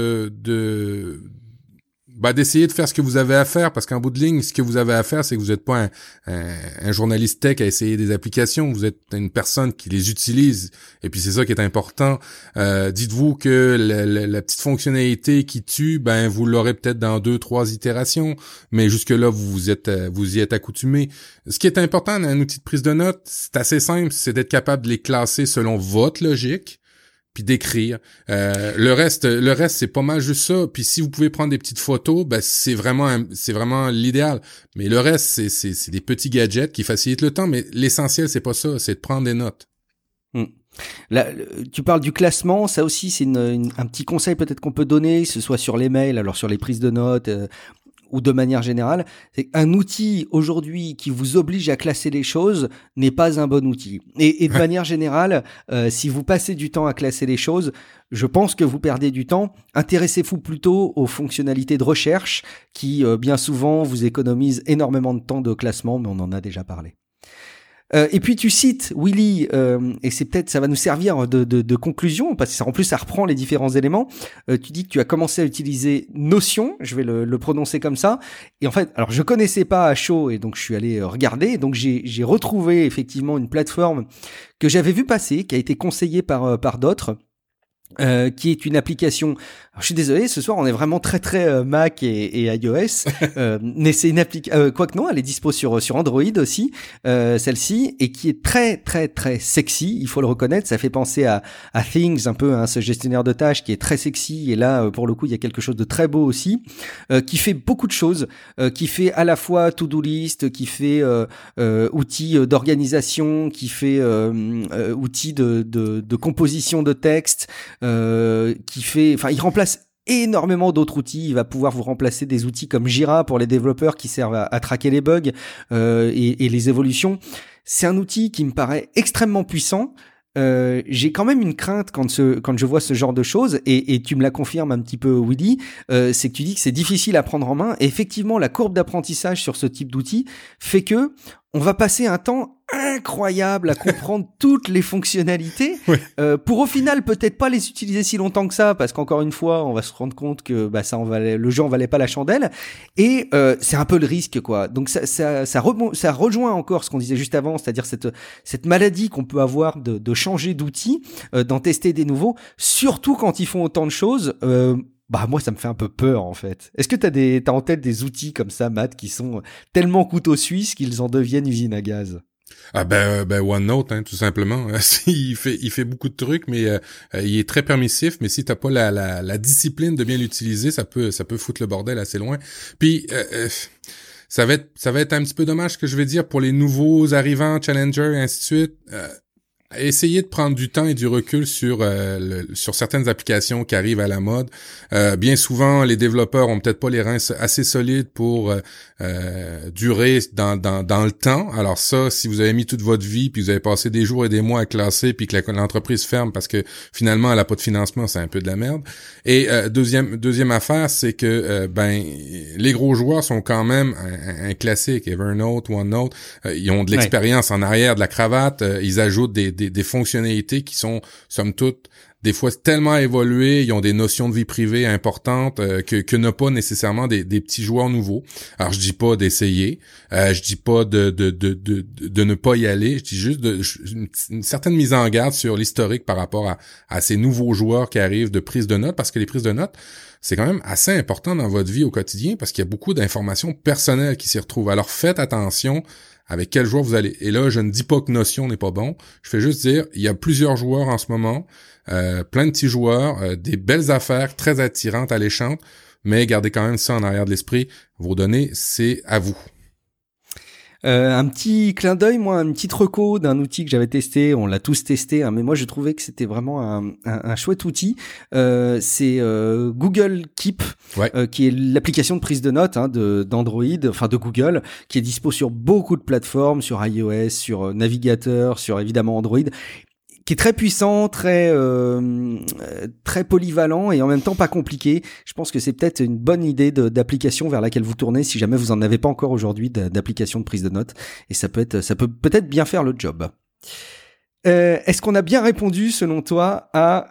d'essayer de faire ce que vous avez à faire, parce qu'en bout de ligne, ce que vous avez à faire, c'est que vous n'êtes pas un journaliste tech à essayer des applications, vous êtes une personne qui les utilise, et puis c'est ça qui est important. Dites-vous que la petite fonctionnalité qui tue, vous l'aurez peut-être dans 2-3 itérations, mais jusque-là, vous y êtes accoutumé. Ce qui est important dans un outil de prise de notes, c'est assez simple, c'est d'être capable de les classer selon votre logique, puis d'écrire. Le reste, c'est pas mal juste ça. Puis si vous pouvez prendre des petites photos, c'est vraiment l'idéal. Mais le reste, c'est des petits gadgets qui facilitent le temps. Mais l'essentiel, c'est pas ça, c'est de prendre des notes. Là, tu parles du classement, ça aussi, c'est un petit conseil peut-être qu'on peut donner, que ce soit sur les mails, alors sur les prises de notes. Ou de manière générale, c'est un outil aujourd'hui qui vous oblige à classer les choses n'est pas un bon outil. Et de manière générale, si vous passez du temps à classer les choses, je pense que vous perdez du temps. Intéressez-vous plutôt aux fonctionnalités de recherche qui, bien souvent, vous économisent énormément de temps de classement, mais on en a déjà parlé. Et puis tu cites, Willy, et c'est peut-être, ça va nous servir de conclusion, parce que ça, en plus ça reprend les différents éléments. Tu dis que tu as commencé à utiliser Notion, je vais le prononcer comme ça. Et en fait, alors je connaissais pas à chaud, et donc je suis allé regarder. Donc j'ai retrouvé effectivement une plateforme que j'avais vu passer, qui a été conseillée par d'autres. Qui est une application. Alors, je suis désolé, ce soir on est vraiment très Mac et iOS, mais c'est une application. Quoique non, elle est dispo sur Android aussi, celle-ci, et qui est très sexy. Il faut le reconnaître, ça fait penser à Things un peu, hein, ce gestionnaire de tâches qui est très sexy. Et là, pour le coup, il y a quelque chose de très beau aussi, qui fait beaucoup de choses, qui fait à la fois to-do list, qui fait outils d'organisation, qui fait outils de composition de texte. Il remplace énormément d'autres outils. Il va pouvoir vous remplacer des outils comme Jira pour les développeurs qui servent à traquer les bugs et les évolutions. C'est un outil qui me paraît extrêmement puissant. J'ai quand même une crainte quand je vois ce genre de choses et tu me la confirmes un petit peu, Willy, c'est que tu dis que c'est difficile à prendre en main. Et effectivement, la courbe d'apprentissage sur ce type d'outil fait que on va passer un temps incroyable à comprendre toutes les fonctionnalités, Oui. pour au final peut-être pas les utiliser si longtemps que ça, parce qu'encore une fois, on va se rendre compte que le jeu en valait pas la chandelle, et c'est un peu le risque, quoi. Donc ça rejoint encore ce qu'on disait juste avant, c'est-à-dire cette maladie qu'on peut avoir de changer d'outils, d'en tester des nouveaux, surtout quand ils font autant de choses. Moi, ça me fait un peu peur, en fait. Est-ce que t'as en tête des outils comme ça, Matt, qui sont tellement couteau suisse qu'ils en deviennent usine à gaz? OneNote, hein, tout simplement. Il fait beaucoup de trucs, mais il est très permissif. Mais si t'as pas la discipline de bien l'utiliser, ça peut foutre le bordel assez loin. Puis ça va être un petit peu dommage ce que je vais dire pour les nouveaux arrivants, Challenger et ainsi de suite. Essayez de prendre du temps et du recul sur certaines applications qui arrivent à la mode. Bien souvent, les développeurs ont peut-être pas les reins assez solides pour durer dans le temps. Alors ça, si vous avez mis toute votre vie, puis vous avez passé des jours et des mois à classer, puis que l'entreprise ferme parce que finalement elle a pas de financement, c'est un peu de la merde. Et deuxième affaire, c'est que les gros joueurs sont quand même un classique, Evernote, OneNote. Ils ont de l'expérience en arrière de la cravate. Ils ajoutent des fonctionnalités qui sont, somme toute, des fois tellement évoluées, ils ont des notions de vie privée importantes que n'a pas nécessairement des petits joueurs nouveaux. Alors je dis pas d'essayer, je dis pas de ne pas y aller, je dis juste une certaine mise en garde sur l'historique par rapport à ces nouveaux joueurs qui arrivent de prise de notes, parce que les prises de notes, c'est quand même assez important dans votre vie au quotidien parce qu'il y a beaucoup d'informations personnelles qui s'y retrouvent. Alors faites attention avec quel joueur vous allez. Et là, je ne dis pas que Notion n'est pas bon. Je fais juste dire, il y a plusieurs joueurs en ce moment, plein de petits joueurs, des belles affaires très attirantes, alléchantes, mais gardez quand même ça en arrière de l'esprit. Vos données, c'est à vous. Un petit clin d'œil, moi, une petite reco d'un outil que j'avais testé. On l'a tous testé, hein, mais moi, je trouvais que c'était vraiment un chouette outil. C'est Google Keep, qui est l'application de prise de notes d'Android, enfin de Google, qui est dispo sur beaucoup de plateformes, sur iOS, sur navigateur, sur évidemment Android, qui est très puissant, très polyvalent et en même temps pas compliqué. Je pense que c'est peut-être une bonne idée d'application vers laquelle vous tournez si jamais vous en avez pas encore aujourd'hui d'application de prise de notes, et ça peut peut-être bien faire le job. Est-ce qu'on a bien répondu selon toi à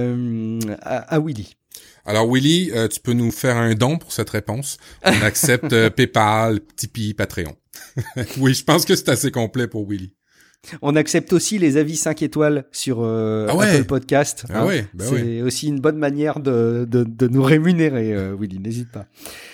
Willy? Alors Willy, tu peux nous faire un don pour cette réponse. On accepte PayPal, Tipeee, Patreon. Oui, je pense que c'est assez complet pour Willy. On accepte aussi les avis 5 étoiles sur Apple Podcast. C'est aussi une bonne manière de nous rémunérer, Willy, n'hésite pas.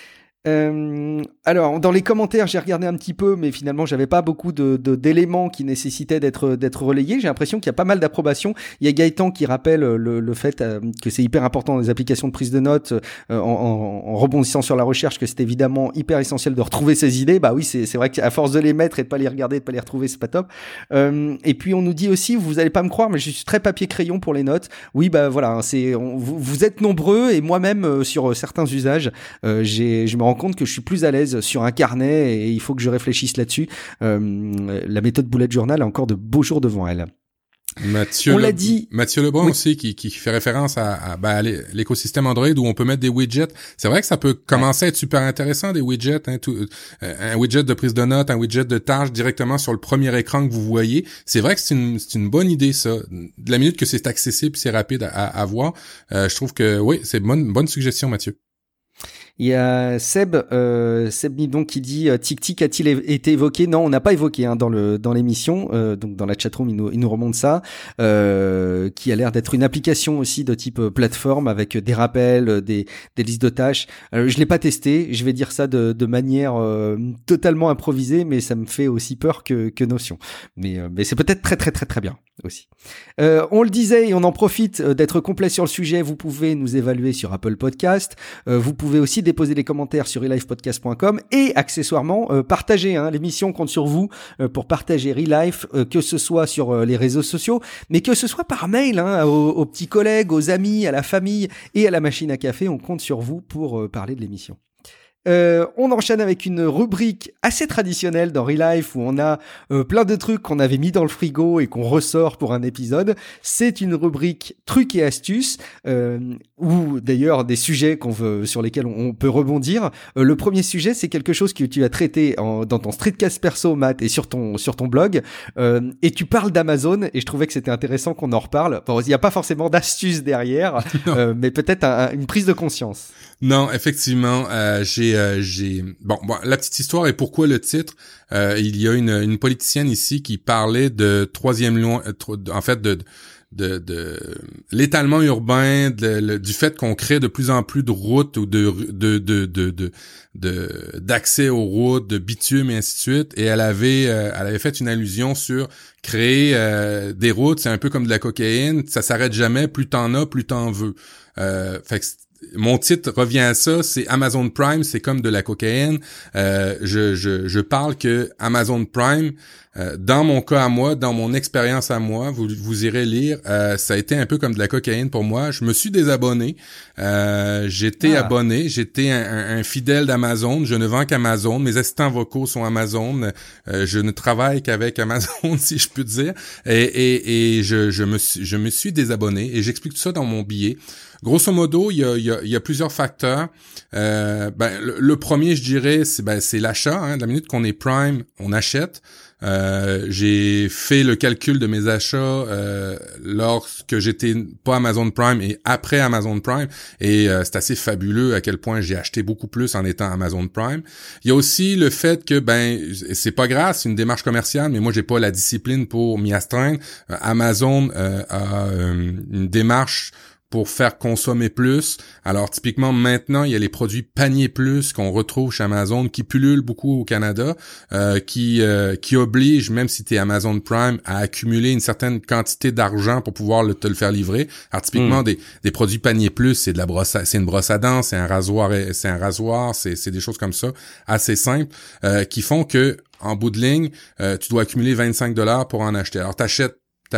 Alors, dans les commentaires, j'ai regardé un petit peu, mais finalement, j'avais pas beaucoup d'éléments qui nécessitaient d'être relayés. J'ai l'impression qu'il y a pas mal d'approbation. Il y a Gaëtan qui rappelle le fait que c'est hyper important dans les applications de prise de notes, en rebondissant sur la recherche, que c'est évidemment hyper essentiel de retrouver ses idées. Bah oui, c'est vrai qu'à force de les mettre et de pas les regarder, de pas les retrouver, c'est pas top. Et puis on nous dit aussi, vous allez pas me croire, mais je suis très papier-crayon pour les notes. Oui, bah voilà, vous êtes nombreux, et moi-même sur certains usages, je me rends compte que je suis plus à l'aise sur un carnet et il faut que je réfléchisse là-dessus. La méthode bullet journal a encore de beaux jours devant elle. Mathieu Lebrun aussi qui fait référence à l'écosystème Android où on peut mettre des widgets. C'est vrai que ça peut commencer à être super intéressant, des widgets, un widget de prise de notes, un widget de tâches directement sur le premier écran que vous voyez. C'est vrai que c'est une bonne idée, ça. De la minute que c'est accessible, c'est rapide à voir. Je trouve que oui, c'est une bonne suggestion, Mathieu. Il y a Seb Midon qui dit Tic a-t-il été évoqué? Non, on n'a pas évoqué dans l'émission, donc dans la chatroom il nous remonte ça, qui a l'air d'être une application aussi de type plateforme avec des rappels, des listes de tâches. Je l'ai pas testé, je vais dire ça de manière totalement improvisée, mais ça me fait aussi peur que Notion. Mais c'est peut-être très très très très bien aussi. On le disait et on en profite d'être complet sur le sujet. Vous pouvez nous évaluer sur Apple Podcast. Vous pouvez aussi déposer des commentaires sur relifepodcast.com et accessoirement partager. L'émission compte sur vous pour partager Relife, que ce soit sur les réseaux sociaux, mais que ce soit par mail aux petits collègues, aux amis, à la famille et à la machine à café. On compte sur vous pour parler de l'émission. On enchaîne avec une rubrique assez traditionnelle dans Relife où on a plein de trucs qu'on avait mis dans le frigo et qu'on ressort pour un épisode. C'est une rubrique trucs et astuces ou d'ailleurs des sujets sur lesquels on peut rebondir. Le premier sujet, c'est quelque chose que tu as traité dans ton streetcast perso, Matt, et sur ton blog, et tu parles d'Amazon et je trouvais que c'était intéressant qu'on en reparle. Bon, il n'y a pas forcément d'astuces derrière, mais peut-être une prise de conscience. Non, effectivement, bon, la petite histoire et pourquoi le titre. Il y a une politicienne ici qui parlait de troisième loi, en fait de l'étalement urbain, du fait qu'on crée de plus en plus de routes ou d'accès aux routes, de bitume et ainsi de suite. Et elle avait fait une allusion sur créer des routes, c'est un peu comme de la cocaïne, ça s'arrête jamais, plus t'en as, plus t'en veux. Fait que mon titre revient à ça, c'est Amazon Prime, c'est comme de la cocaïne. Je parle que Amazon Prime, dans mon cas à moi, dans mon expérience à moi, vous irez lire, ça a été un peu comme de la cocaïne pour moi. Je me suis désabonné. J'étais abonné, j'étais un fidèle d'Amazon. Je ne vends qu'Amazon. Mes assistants vocaux sont Amazon. Je ne travaille qu'avec Amazon, si je peux dire. Et je me suis désabonné. Et j'explique tout ça dans mon billet. Grosso modo, il y a plusieurs facteurs. Le premier, je dirais, c'est l'achat. Hein. De la minute qu'on est Prime, on achète. J'ai fait le calcul de mes achats lorsque j'étais pas Amazon Prime et après Amazon Prime, et c'est assez fabuleux à quel point j'ai acheté beaucoup plus en étant Amazon Prime. Il y a aussi le fait que c'est pas grave, c'est une démarche commerciale, mais moi j'ai pas la discipline pour m'y astreindre. Amazon a une démarche pour faire consommer plus. Alors, typiquement, maintenant, il y a les produits panier plus qu'on retrouve chez Amazon, qui pullulent beaucoup au Canada, qui obligent, même si tu es Amazon Prime, à accumuler une certaine quantité d'argent pour pouvoir te le faire livrer. Alors, typiquement, des produits panier plus, c'est une brosse à dents, c'est un rasoir, c'est des choses comme ça, assez simples, qui font que, en bout de ligne, tu dois accumuler 25$ pour en acheter. Alors, t'achètes.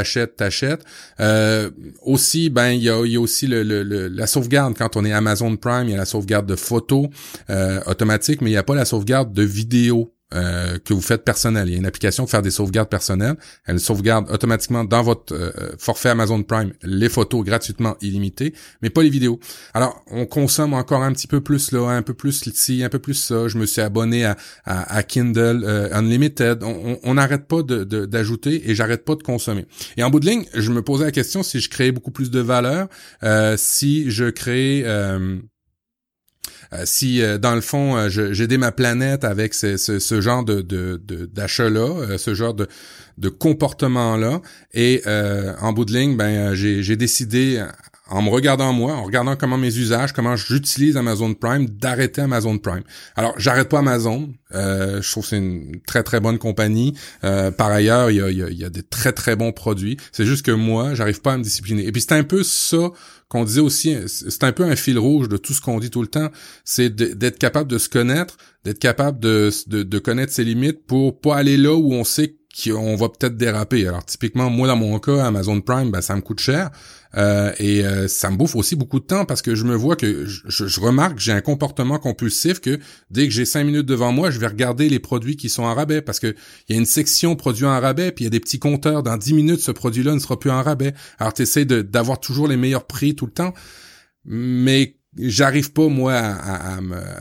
Aussi, il y a aussi la sauvegarde. Quand on est Amazon Prime, il y a la sauvegarde de photos automatique, mais il n'y a pas la sauvegarde de vidéos que vous faites personnel. Il y a une application pour faire des sauvegardes personnelles. Elle sauvegarde automatiquement dans votre forfait Amazon Prime les photos gratuitement illimitées, mais pas les vidéos. Alors, on consomme encore un petit peu plus là, un peu plus ici, un peu plus ça. Je me suis abonné à Kindle Unlimited. On n'arrête pas d'ajouter et j'arrête pas de consommer. Et en bout de ligne, je me posais la question si je créais beaucoup plus de valeur, si je crée... si dans le fond j'aidais ma planète avec ce genre d'achat-là, ce genre de comportement-là, et en bout de ligne, j'ai décidé, en me regardant moi, en regardant comment comment j'utilise Amazon Prime, d'arrêter Amazon Prime. Alors, j'arrête pas Amazon. Je trouve que c'est une très très bonne compagnie. Par ailleurs, il y a des très très bons produits. C'est juste que moi, j'arrive pas à me discipliner. Et puis c'est un peu ça qu'on disait aussi. C'est un peu un fil rouge de tout ce qu'on dit tout le temps. C'est d'être capable de se connaître, d'être capable de connaître ses limites pour pas aller là où on sait qu'on va peut-être déraper. Alors typiquement, moi dans mon cas, Amazon Prime, ça me coûte cher. Et ça me bouffe aussi beaucoup de temps parce que je me vois que je remarque que j'ai un comportement compulsif que dès que j'ai 5 minutes devant moi, je vais regarder les produits qui sont en rabais parce que il y a une section produits en rabais, puis il y a des petits compteurs. Dans 10 minutes, ce produit-là ne sera plus en rabais. Alors t'essaies d'avoir toujours les meilleurs prix tout le temps, mais j'arrive pas moi à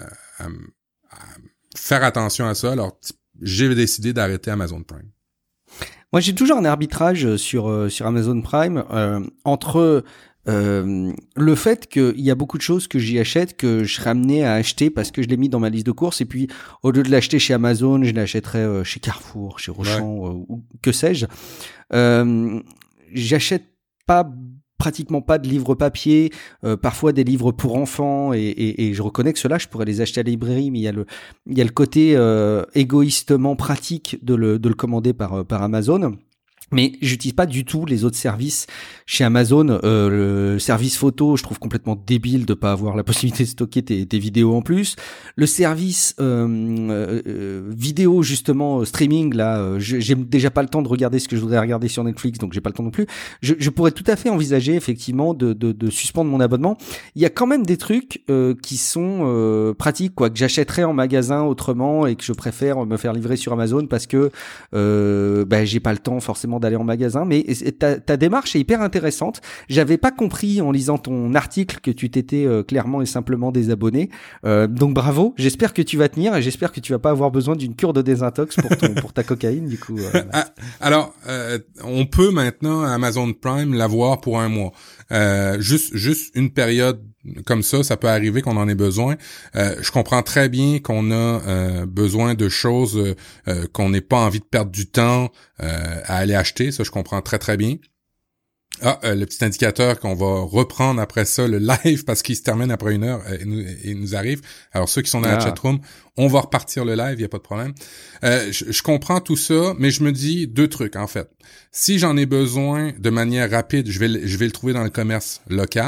faire attention à ça. Alors j'ai décidé d'arrêter Amazon Prime. Moi, j'ai toujours un arbitrage sur Amazon Prime entre le fait qu'il y a beaucoup de choses que j'y achète que je serais amené à acheter parce que je l'ai mis dans ma liste de courses, et puis au lieu de l'acheter chez Amazon, je l'achèterais chez Carrefour, chez Auchan, ou que sais-je. J'achète pratiquement pas de livres papier, parfois des livres pour enfants, et je reconnais que ceux-là, je pourrais les acheter à la librairie, mais il y a le côté égoïstement pratique de le commander par Amazon. Mais j'utilise pas du tout les autres services chez Amazon. Le service photo, je trouve complètement débile de pas avoir la possibilité de stocker tes vidéos en plus. Le service vidéo, justement, streaming, là, j'ai déjà pas le temps de regarder ce que je voudrais regarder sur Netflix, donc j'ai pas le temps non plus. Je pourrais tout à fait envisager, effectivement, de suspendre mon abonnement. Il y a quand même des trucs qui sont pratiques, quoi, que j'achèterais en magasin autrement et que je préfère me faire livrer sur Amazon parce que j'ai pas le temps forcément d'aller en magasin. Mais ta démarche est hyper intéressante. J'avais pas compris en lisant ton article que tu t'étais clairement et simplement désabonné. Donc bravo. J'espère que tu vas tenir et j'espère que tu vas pas avoir besoin d'une cure de désintox pour ta cocaïne du coup. Alors, on peut maintenant Amazon Prime l'avoir pour 1 mois. Juste une période comme ça peut arriver qu'on en ait besoin. Je comprends très bien qu'on a besoin de choses qu'on n'ait pas envie de perdre du temps à aller acheter. Ça, je comprends très très bien. Le petit indicateur qu'on va reprendre après ça, le live, parce qu'il se termine après 1 heure et nous arrive. Alors, ceux qui sont dans la chatroom, on va repartir le live, il n'y a pas de problème. Je comprends tout ça, mais je me dis 2 trucs, en fait. Si j'en ai besoin de manière rapide, je vais le trouver dans le commerce local.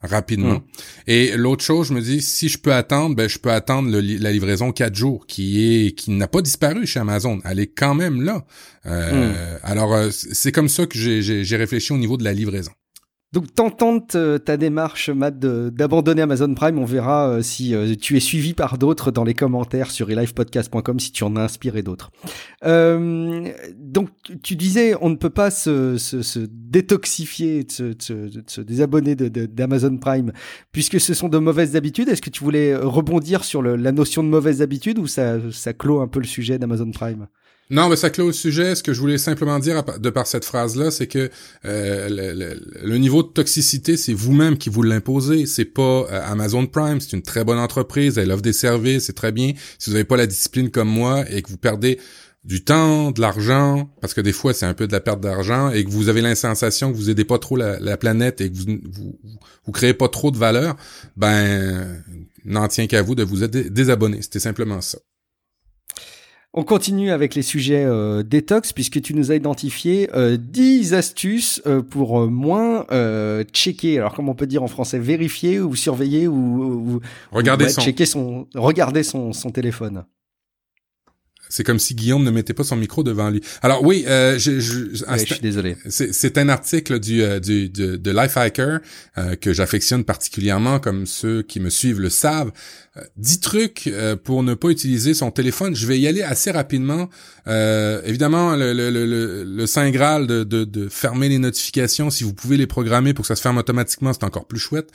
rapidement. Et l'autre chose, je me dis, si je peux attendre, ben je peux attendre la livraison 4 jours, qui n'a pas disparu chez Amazon. Elle est quand même là. Alors, c'est comme ça que j'ai réfléchi au niveau de la livraison. Donc, t'entends ta démarche, Matt, d'abandonner Amazon Prime. On verra si tu es suivi par d'autres dans les commentaires sur relivepodcast.com, si tu en as inspiré d'autres. Donc, tu disais, on ne peut pas se détoxifier, se désabonner d'Amazon Prime, puisque ce sont de mauvaises habitudes. Est-ce que tu voulais rebondir sur la notion de mauvaises habitudes, ou ça clôt un peu le sujet d'Amazon Prime? Non, mais ça clôt le sujet. Ce que je voulais simplement dire de par cette phrase-là, c'est que le niveau de toxicité, c'est vous-même qui vous l'imposez. C'est pas Amazon Prime. C'est une très bonne entreprise. Elle offre des services, c'est très bien. Si vous n'avez pas la discipline comme moi et que vous perdez du temps, de l'argent, parce que des fois c'est un peu de la perte d'argent, et que vous avez la sensation que vous aidez pas trop la planète et que vous créez pas trop de valeur, ben n'en tient qu'à vous de vous désabonner. C'était simplement ça. On continue avec les sujets détox, puisque tu nous as identifié 10 astuces pour moins checker. Alors, comment on peut dire en français, vérifier ou surveiller ou regarder regarder son téléphone. C'est comme si Guillaume ne mettait pas son micro devant lui. Alors oui, je suis désolé. C'est un article de Lifehacker que j'affectionne particulièrement, comme ceux qui me suivent le savent. 10 trucs pour ne pas utiliser son téléphone. Je vais y aller assez rapidement. Évidemment, le Saint Graal de fermer les notifications, si vous pouvez les programmer pour que ça se ferme automatiquement, c'est encore plus chouette.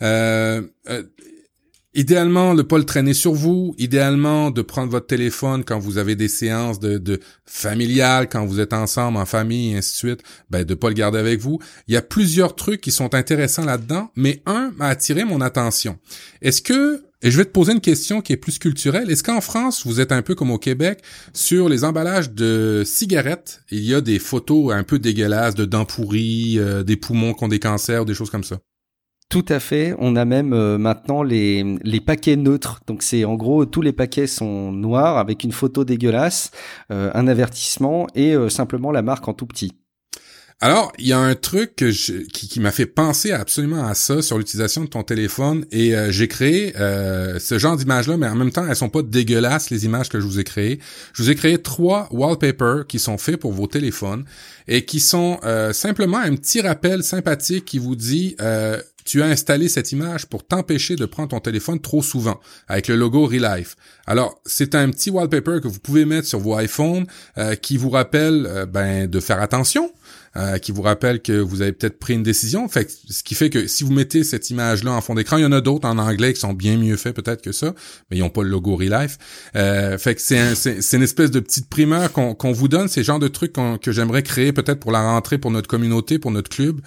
Idéalement, de pas le traîner sur vous. Idéalement, de prendre votre téléphone quand vous avez des séances de familiales, quand vous êtes ensemble, en famille, et ainsi de suite. Ben, de pas le garder avec vous. Il y a plusieurs trucs qui sont intéressants là-dedans, mais un m'a attiré mon attention. Et je vais te poser une question qui est plus culturelle. Est-ce qu'en France, vous êtes un peu comme au Québec, sur les emballages de cigarettes, il y a des photos un peu dégueulasses de dents pourries, des poumons qui ont des cancers, des choses comme ça? Tout à fait. On a même maintenant les paquets neutres. Donc c'est en gros tous les paquets sont noirs avec une photo dégueulasse, un avertissement et simplement la marque en tout petit. Alors, il y a un truc qui m'a fait penser absolument à ça sur l'utilisation de ton téléphone, et j'ai créé ce genre d'images-là, mais en même temps, elles sont pas dégueulasses, les images que je vous ai créées. Je vous ai créé 3 wallpapers qui sont faits pour vos téléphones et qui sont simplement un petit rappel sympathique qui vous dit tu as installé cette image pour t'empêcher de prendre ton téléphone trop souvent, avec le logo Relife. Alors, c'est un petit wallpaper que vous pouvez mettre sur vos iPhones qui vous rappelle de faire attention, qui vous rappelle que vous avez peut-être pris une décision. Fait que, ce qui fait que si vous mettez cette image-là en fond d'écran, il y en a d'autres en anglais qui sont bien mieux faits peut-être que ça, mais ils n'ont pas le logo Relife. Fait que c'est une espèce de petite primeur qu'on vous donne, ces genres de trucs que j'aimerais créer peut-être pour la rentrée, pour notre communauté, pour notre club.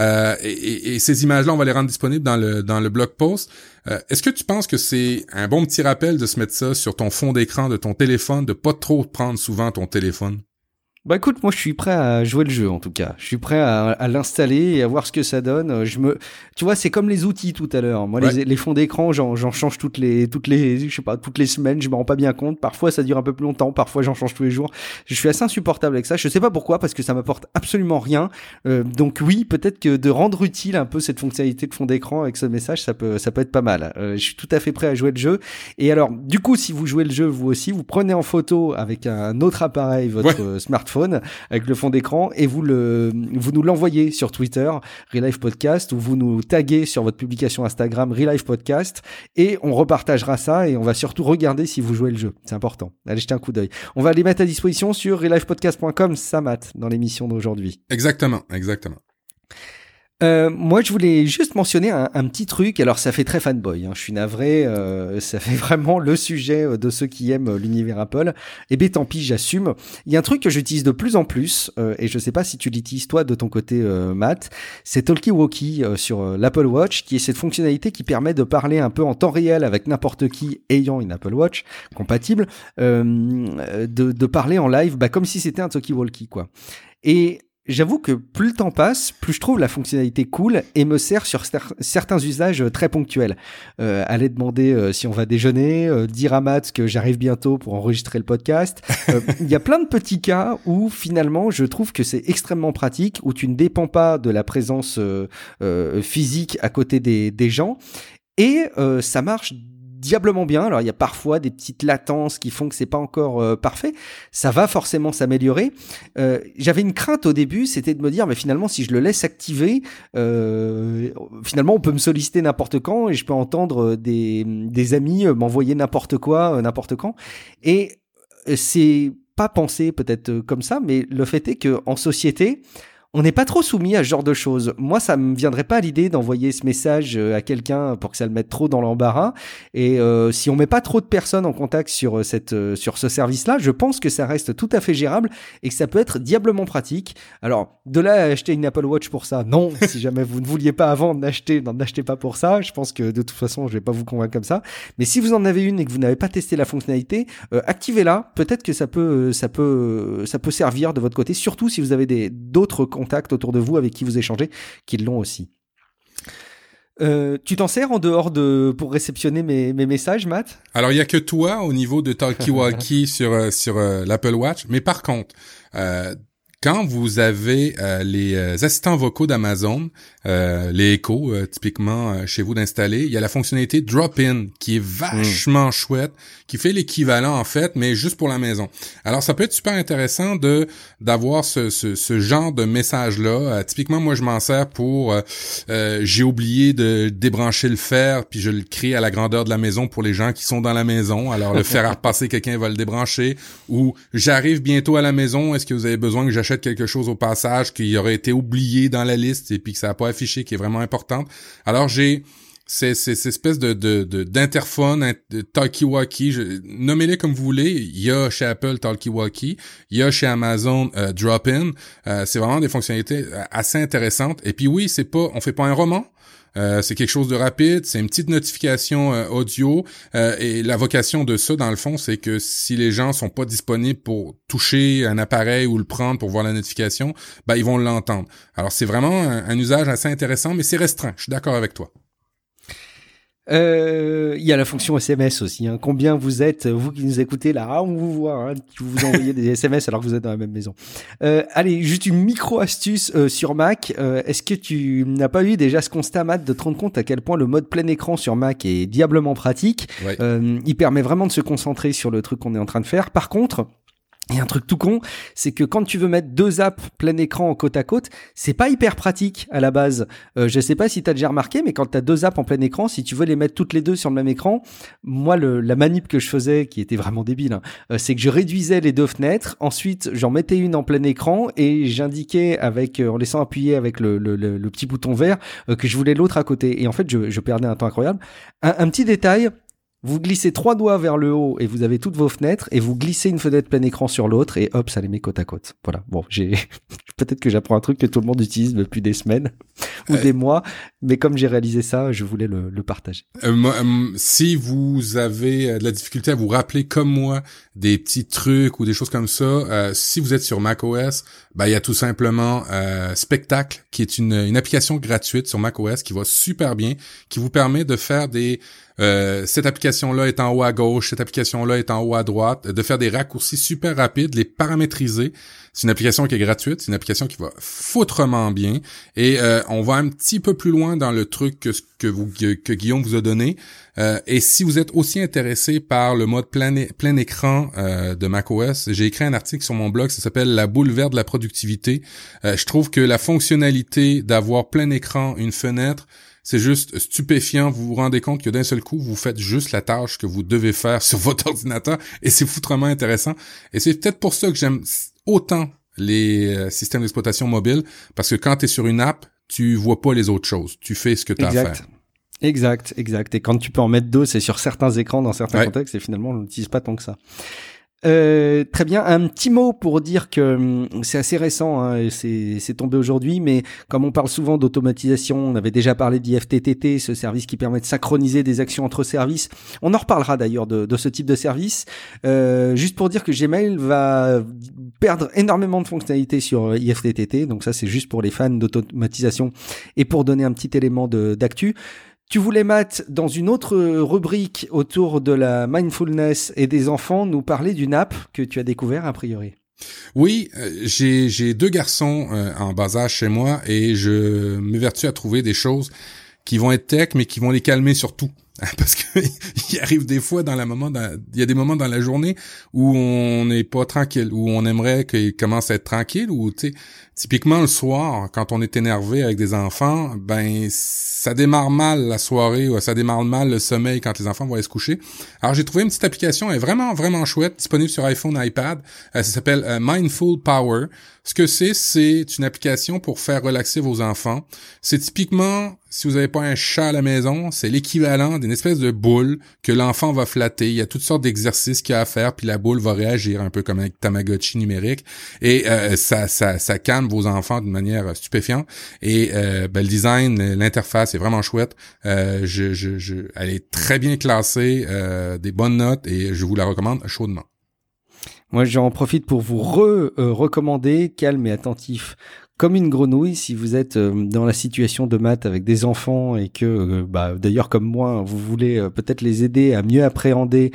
Et ces images-là, on va les rendre disponibles dans le blog post. Est-ce que tu penses que c'est un bon petit rappel de se mettre ça sur ton fond d'écran de ton téléphone, de pas trop prendre souvent ton téléphone? Bah écoute, moi je suis prêt à jouer le jeu en tout cas. Je suis prêt à l'installer et à voir ce que ça donne. Tu vois, c'est comme les outils tout à l'heure. Moi, ouais. les fonds d'écran, j'en change toutes les, je sais pas, toutes les semaines. Je me rends pas bien compte. Parfois, ça dure un peu plus longtemps. Parfois, j'en change tous les jours. Je suis assez insupportable avec ça. Je sais pas pourquoi, parce que ça m'apporte absolument rien. Donc oui, peut-être que de rendre utile un peu cette fonctionnalité de fond d'écran avec ce message, ça peut être pas mal. Je suis tout à fait prêt à jouer le jeu. Et alors, du coup, si vous jouez le jeu vous aussi, vous prenez en photo avec un autre appareil votre smartphone avec le fond d'écran et vous nous l'envoyez sur Twitter, Relife Podcast, ou vous nous taguez sur votre publication Instagram, Relife Podcast, et on repartagera ça et on va surtout regarder si vous jouez le jeu. C'est important. Allez jeter un coup d'œil. On va les mettre à disposition sur relifepodcast.com, ça Matt, dans l'émission d'aujourd'hui. Exactement. Moi, je voulais juste mentionner un petit truc. Alors, ça fait très fanboy, hein. Je suis navré. Ça fait vraiment le sujet de ceux qui aiment l'univers Apple. Eh bien, tant pis, j'assume. Il y a un truc que j'utilise de plus en plus, et je sais pas si tu l'utilises toi de ton côté, Matt. C'est Talkie Walkie sur l'Apple Watch, qui est cette fonctionnalité qui permet de parler un peu en temps réel avec n'importe qui ayant une Apple Watch compatible, de parler en live, comme si c'était un Talkie Walkie, quoi. Et j'avoue que plus le temps passe, plus je trouve la fonctionnalité cool et me sert sur certains usages très ponctuels. Aller demander si on va déjeuner, dire à Matt que j'arrive bientôt pour enregistrer le podcast. Il y a plein de petits cas où finalement je trouve que c'est extrêmement pratique, où tu ne dépends pas de la présence physique à côté des gens et ça marche diablement bien. Alors il y a parfois des petites latences qui font que c'est pas encore parfait. Ça va forcément s'améliorer. J'avais une crainte au début, c'était de me dire mais finalement si je le laisse activer, finalement on peut me solliciter n'importe quand et je peux entendre des amis m'envoyer n'importe quoi n'importe quand. Et c'est pas pensé peut-être comme ça, mais le fait est que en société on n'est pas trop soumis à ce genre de choses. Moi, ça me viendrait pas à l'idée d'envoyer ce message à quelqu'un pour que ça le mette trop dans l'embarras. Et si on met pas trop de personnes en contact sur ce service-là, je pense que ça reste tout à fait gérable et que ça peut être diablement pratique. Alors, de là à acheter une Apple Watch pour ça, non. Si jamais vous ne vouliez pas avant n'en achetez pas pour ça. Je pense que de toute façon, je vais pas vous convaincre comme ça. Mais si vous en avez une et que vous n'avez pas testé la fonctionnalité, activez-la. Peut-être que ça peut servir de votre côté, surtout si vous avez d'autres contacts autour de vous avec qui vous échangez, qui l'ont aussi. Tu t'en sers en dehors pour réceptionner mes messages, Matt? Alors, il y a que toi au niveau de Talkie-Walkie sur l'Apple Watch, mais par contre, quand vous avez les assistants vocaux d'Amazon, les Echo typiquement chez vous d'installer, il y a la fonctionnalité Drop-in qui est vachement chouette, qui fait l'équivalent en fait, mais juste pour la maison. Alors ça peut être super intéressant d'avoir ce genre de message-là. Typiquement, moi je m'en sers pour j'ai oublié de débrancher le fer, puis je le crée à la grandeur de la maison pour les gens qui sont dans la maison. Alors le fer à repasser, quelqu'un va le débrancher. Ou j'arrive bientôt à la maison, est-ce que vous avez besoin que j'achète quelque chose au passage qui aurait été oublié dans la liste et puis que ça n'a pas affiché, qui est vraiment importante. Alors j'ai ces espèces d'interphone, talkie-walkie, nommez-les comme vous voulez. Il y a chez Apple talkie-walkie, il y a chez Amazon drop-in. C'est vraiment des fonctionnalités assez intéressantes. Et puis oui, on fait pas un roman. C'est quelque chose de rapide, c'est une petite notification audio et la vocation de ça, dans le fond, c'est que si les gens sont pas disponibles pour toucher un appareil ou le prendre pour voir la notification, ils vont l'entendre. Alors c'est vraiment un usage assez intéressant, mais c'est restreint, je suis d'accord avec toi. Il y a la fonction SMS aussi. Hein. Combien vous êtes, vous qui nous écoutez là, on vous voit, qui vous envoyez des SMS alors que vous êtes dans la même maison. Allez, juste une micro-astuce sur Mac. Est-ce que tu n'as pas eu déjà ce constat, Matt, de te rendre compte à quel point le mode plein écran sur Mac est diablement pratique? Ouais. Il permet vraiment de se concentrer sur le truc qu'on est en train de faire. Par contre, il y a un truc tout con, c'est que quand tu veux mettre deux apps plein écran en côte à côte, c'est pas hyper pratique à la base. Je sais pas si t'as déjà remarqué, mais quand t'as deux apps en plein écran, si tu veux les mettre toutes les deux sur le même écran, moi la manip que je faisais, qui était vraiment débile, c'est que je réduisais les deux fenêtres, ensuite j'en mettais une en plein écran et j'indiquais en laissant appuyer avec le petit bouton vert que je voulais l'autre à côté. Et en fait, je perdais un temps incroyable. Un petit détail. Vous glissez 3 doigts vers le haut et vous avez toutes vos fenêtres et vous glissez une fenêtre plein écran sur l'autre et hop, ça les met côte à côte. Voilà. Bon, peut-être que j'apprends un truc que tout le monde utilise depuis des semaines ou des mois, mais comme j'ai réalisé ça, je voulais le partager. Si vous avez de la difficulté à vous rappeler comme moi des petits trucs ou des choses comme ça, si vous êtes sur macOS, il y a tout simplement Spectacle, qui est une application gratuite sur macOS qui va super bien, qui vous permet de faire cette application-là est en haut à gauche, cette application-là est en haut à droite, de faire des raccourcis super rapides, les paramétriser. C'est une application qui est gratuite, c'est une application qui va foutrement bien. Et on va un petit peu plus loin dans le truc que Guillaume vous a donné. Et si vous êtes aussi intéressé par le mode plein écran de macOS, j'ai écrit un article sur mon blog, ça s'appelle La boule verte de la productivité. Je trouve que la fonctionnalité d'avoir plein écran, une fenêtre, c'est juste stupéfiant. Vous vous rendez compte que d'un seul coup, vous faites juste la tâche que vous devez faire sur votre ordinateur et c'est foutrement intéressant. Et c'est peut-être pour ça que j'aime autant les systèmes d'exploitation mobile, parce que quand tu es sur une app, tu vois pas les autres choses. Tu fais ce que tu as à faire. Exact. Et quand tu peux en mettre deux, c'est sur certains écrans, dans certains contextes, et finalement, on l'utilise pas tant que ça. Très bien. Un petit mot pour dire que c'est assez récent, hein, c'est tombé aujourd'hui, mais comme on parle souvent d'automatisation, on avait déjà parlé d'IFTTT, ce service qui permet de synchroniser des actions entre services. On en reparlera d'ailleurs de ce type de service. Juste pour dire que Gmail va perdre énormément de fonctionnalités sur IFTTT, donc ça c'est juste pour les fans d'automatisation et pour donner un petit élément d'actu. Tu voulais, Matt, dans une autre rubrique autour de la mindfulness et des enfants, nous parler d'une app que tu as découvert a priori. Oui, j'ai 2 garçons en bas âge chez moi et je m'évertue à trouver des choses qui vont être tech, mais qui vont les calmer surtout. Parce que il arrive des fois il y a des moments dans la journée où on n'est pas tranquille, où on aimerait qu'ils commencent à être tranquilles, ou tu sais, typiquement le soir, quand on est énervé avec des enfants, ben ça démarre mal la soirée, ou ça démarre mal le sommeil quand les enfants vont aller se coucher. Alors j'ai trouvé une petite application, elle est vraiment vraiment chouette, disponible sur iPhone, iPad. Ça s'appelle Mindful Power. Ce que c'est une application pour faire relaxer vos enfants. C'est typiquement, si vous n'avez pas un chat à la maison, c'est l'équivalent d'une espèce de boule que l'enfant va flatter. Il y a toutes sortes d'exercices qu'il y a à faire, puis la boule va réagir un peu comme un Tamagotchi numérique. Et ça calme vos enfants d'une manière stupéfiante. Et le design, l'interface est vraiment chouette. Elle est très bien classée, des bonnes notes, et je vous la recommande chaudement. Moi, j'en profite pour vous recommander, calme et attentif comme une grenouille, si vous êtes dans la situation de Matt avec des enfants et que, d'ailleurs comme moi, vous voulez peut-être les aider à mieux appréhender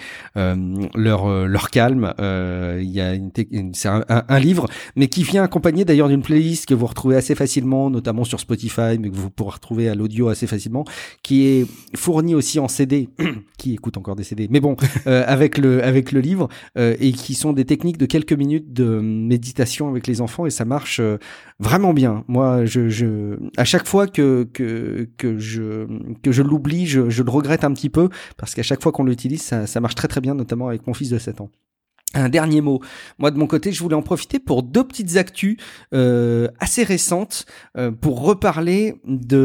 leur calme. Il y a c'est un livre, mais qui vient accompagné d'ailleurs d'une playlist que vous retrouvez assez facilement, notamment sur Spotify, mais que vous pourrez retrouver à l'audio assez facilement, qui est fournie aussi en CD. Qui écoute encore des CD, mais bon, avec le livre, et qui sont des techniques de quelques minutes de méditation avec les enfants, et ça marche vraiment bien. Moi, à chaque fois que je l'oublie, je le regrette un petit peu, parce qu'à chaque fois qu'on l'utilise, ça marche très très bien, notamment avec mon fils de 7 ans. Un dernier mot. Moi, de mon côté, je voulais en profiter pour 2 petites actus assez récentes pour reparler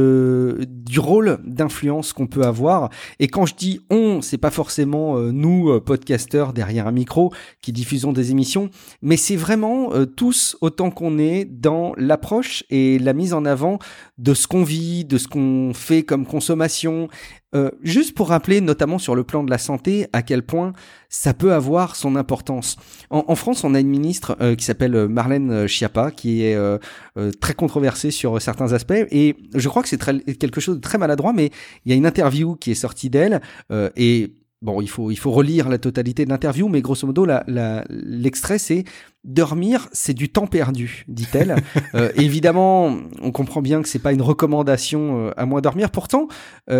du rôle d'influence qu'on peut avoir. Et quand je dis on, c'est pas forcément nous, podcasteurs derrière un micro, qui diffusons des émissions, mais c'est vraiment tous autant qu'on est dans l'approche et la mise en avant de ce qu'on vit, de ce qu'on fait comme consommation. Juste pour rappeler, notamment sur le plan de la santé, à quel point ça peut avoir son importance. En France, on a une ministre qui s'appelle Marlène Schiappa, qui est très controversée sur certains aspects, et je crois que c'est quelque chose de très maladroit, mais il y a une interview qui est sortie d'elle, et bon, il faut relire la totalité de l'interview, mais grosso modo, l'extrait, c'est « Dormir, c'est du temps perdu », dit-elle. Évidemment, on comprend bien que c'est pas une recommandation à moins dormir. Pourtant,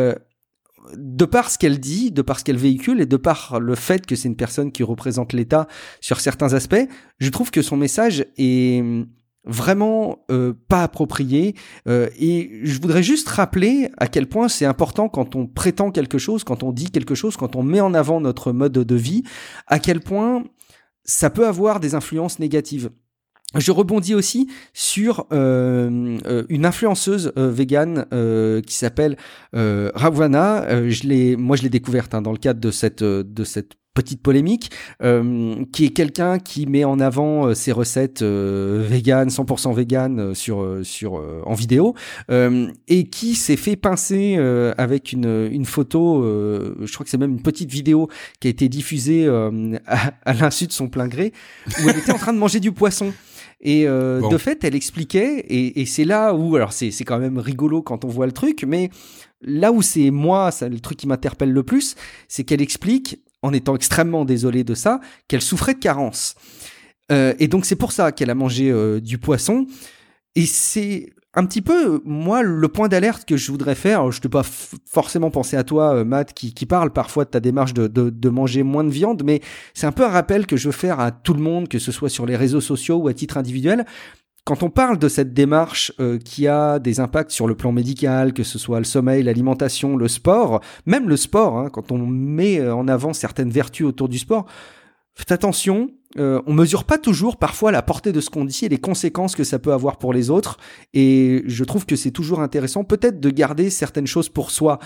de par ce qu'elle dit, de par ce qu'elle véhicule, et de par le fait que c'est une personne qui représente l'État sur certains aspects, je trouve que son message est vraiment pas approprié, et je voudrais juste rappeler à quel point c'est important quand on prétend quelque chose, quand on dit quelque chose, quand on met en avant notre mode de vie, à quel point ça peut avoir des influences négatives. Je rebondis aussi sur une influenceuse végane qui s'appelle Ravana. Je l'ai découverte dans le cadre de cette petite polémique, qui est quelqu'un qui met en avant ses recettes véganes, 100% véganes en vidéo, et qui s'est fait pincer avec une photo, je crois que c'est même une petite vidéo qui a été diffusée à l'insu de son plein gré, où elle était en train de manger du poisson. Et de fait, elle expliquait, et c'est là où, alors c'est quand même rigolo quand on voit le truc, mais là où c'est le truc qui m'interpelle le plus, c'est qu'elle explique, en étant extrêmement désolée de ça, qu'elle souffrait de carence. Et donc c'est pour ça qu'elle a mangé du poisson. Et c'est un petit peu, moi, le point d'alerte que je voudrais faire. Alors, je ne t'ai pas forcément pensé à toi, Matt, qui parle parfois de ta démarche de manger moins de viande, mais c'est un peu un rappel que je veux faire à tout le monde, que ce soit sur les réseaux sociaux ou à titre individuel. Quand on parle de cette démarche qui a des impacts sur le plan médical, que ce soit le sommeil, l'alimentation, le sport, même le sport, hein, quand on met en avant certaines vertus autour du sport, faites attention, on mesure pas toujours parfois la portée de ce qu'on dit et les conséquences que ça peut avoir pour les autres, et je trouve que c'est toujours intéressant peut-être de garder certaines choses pour soi.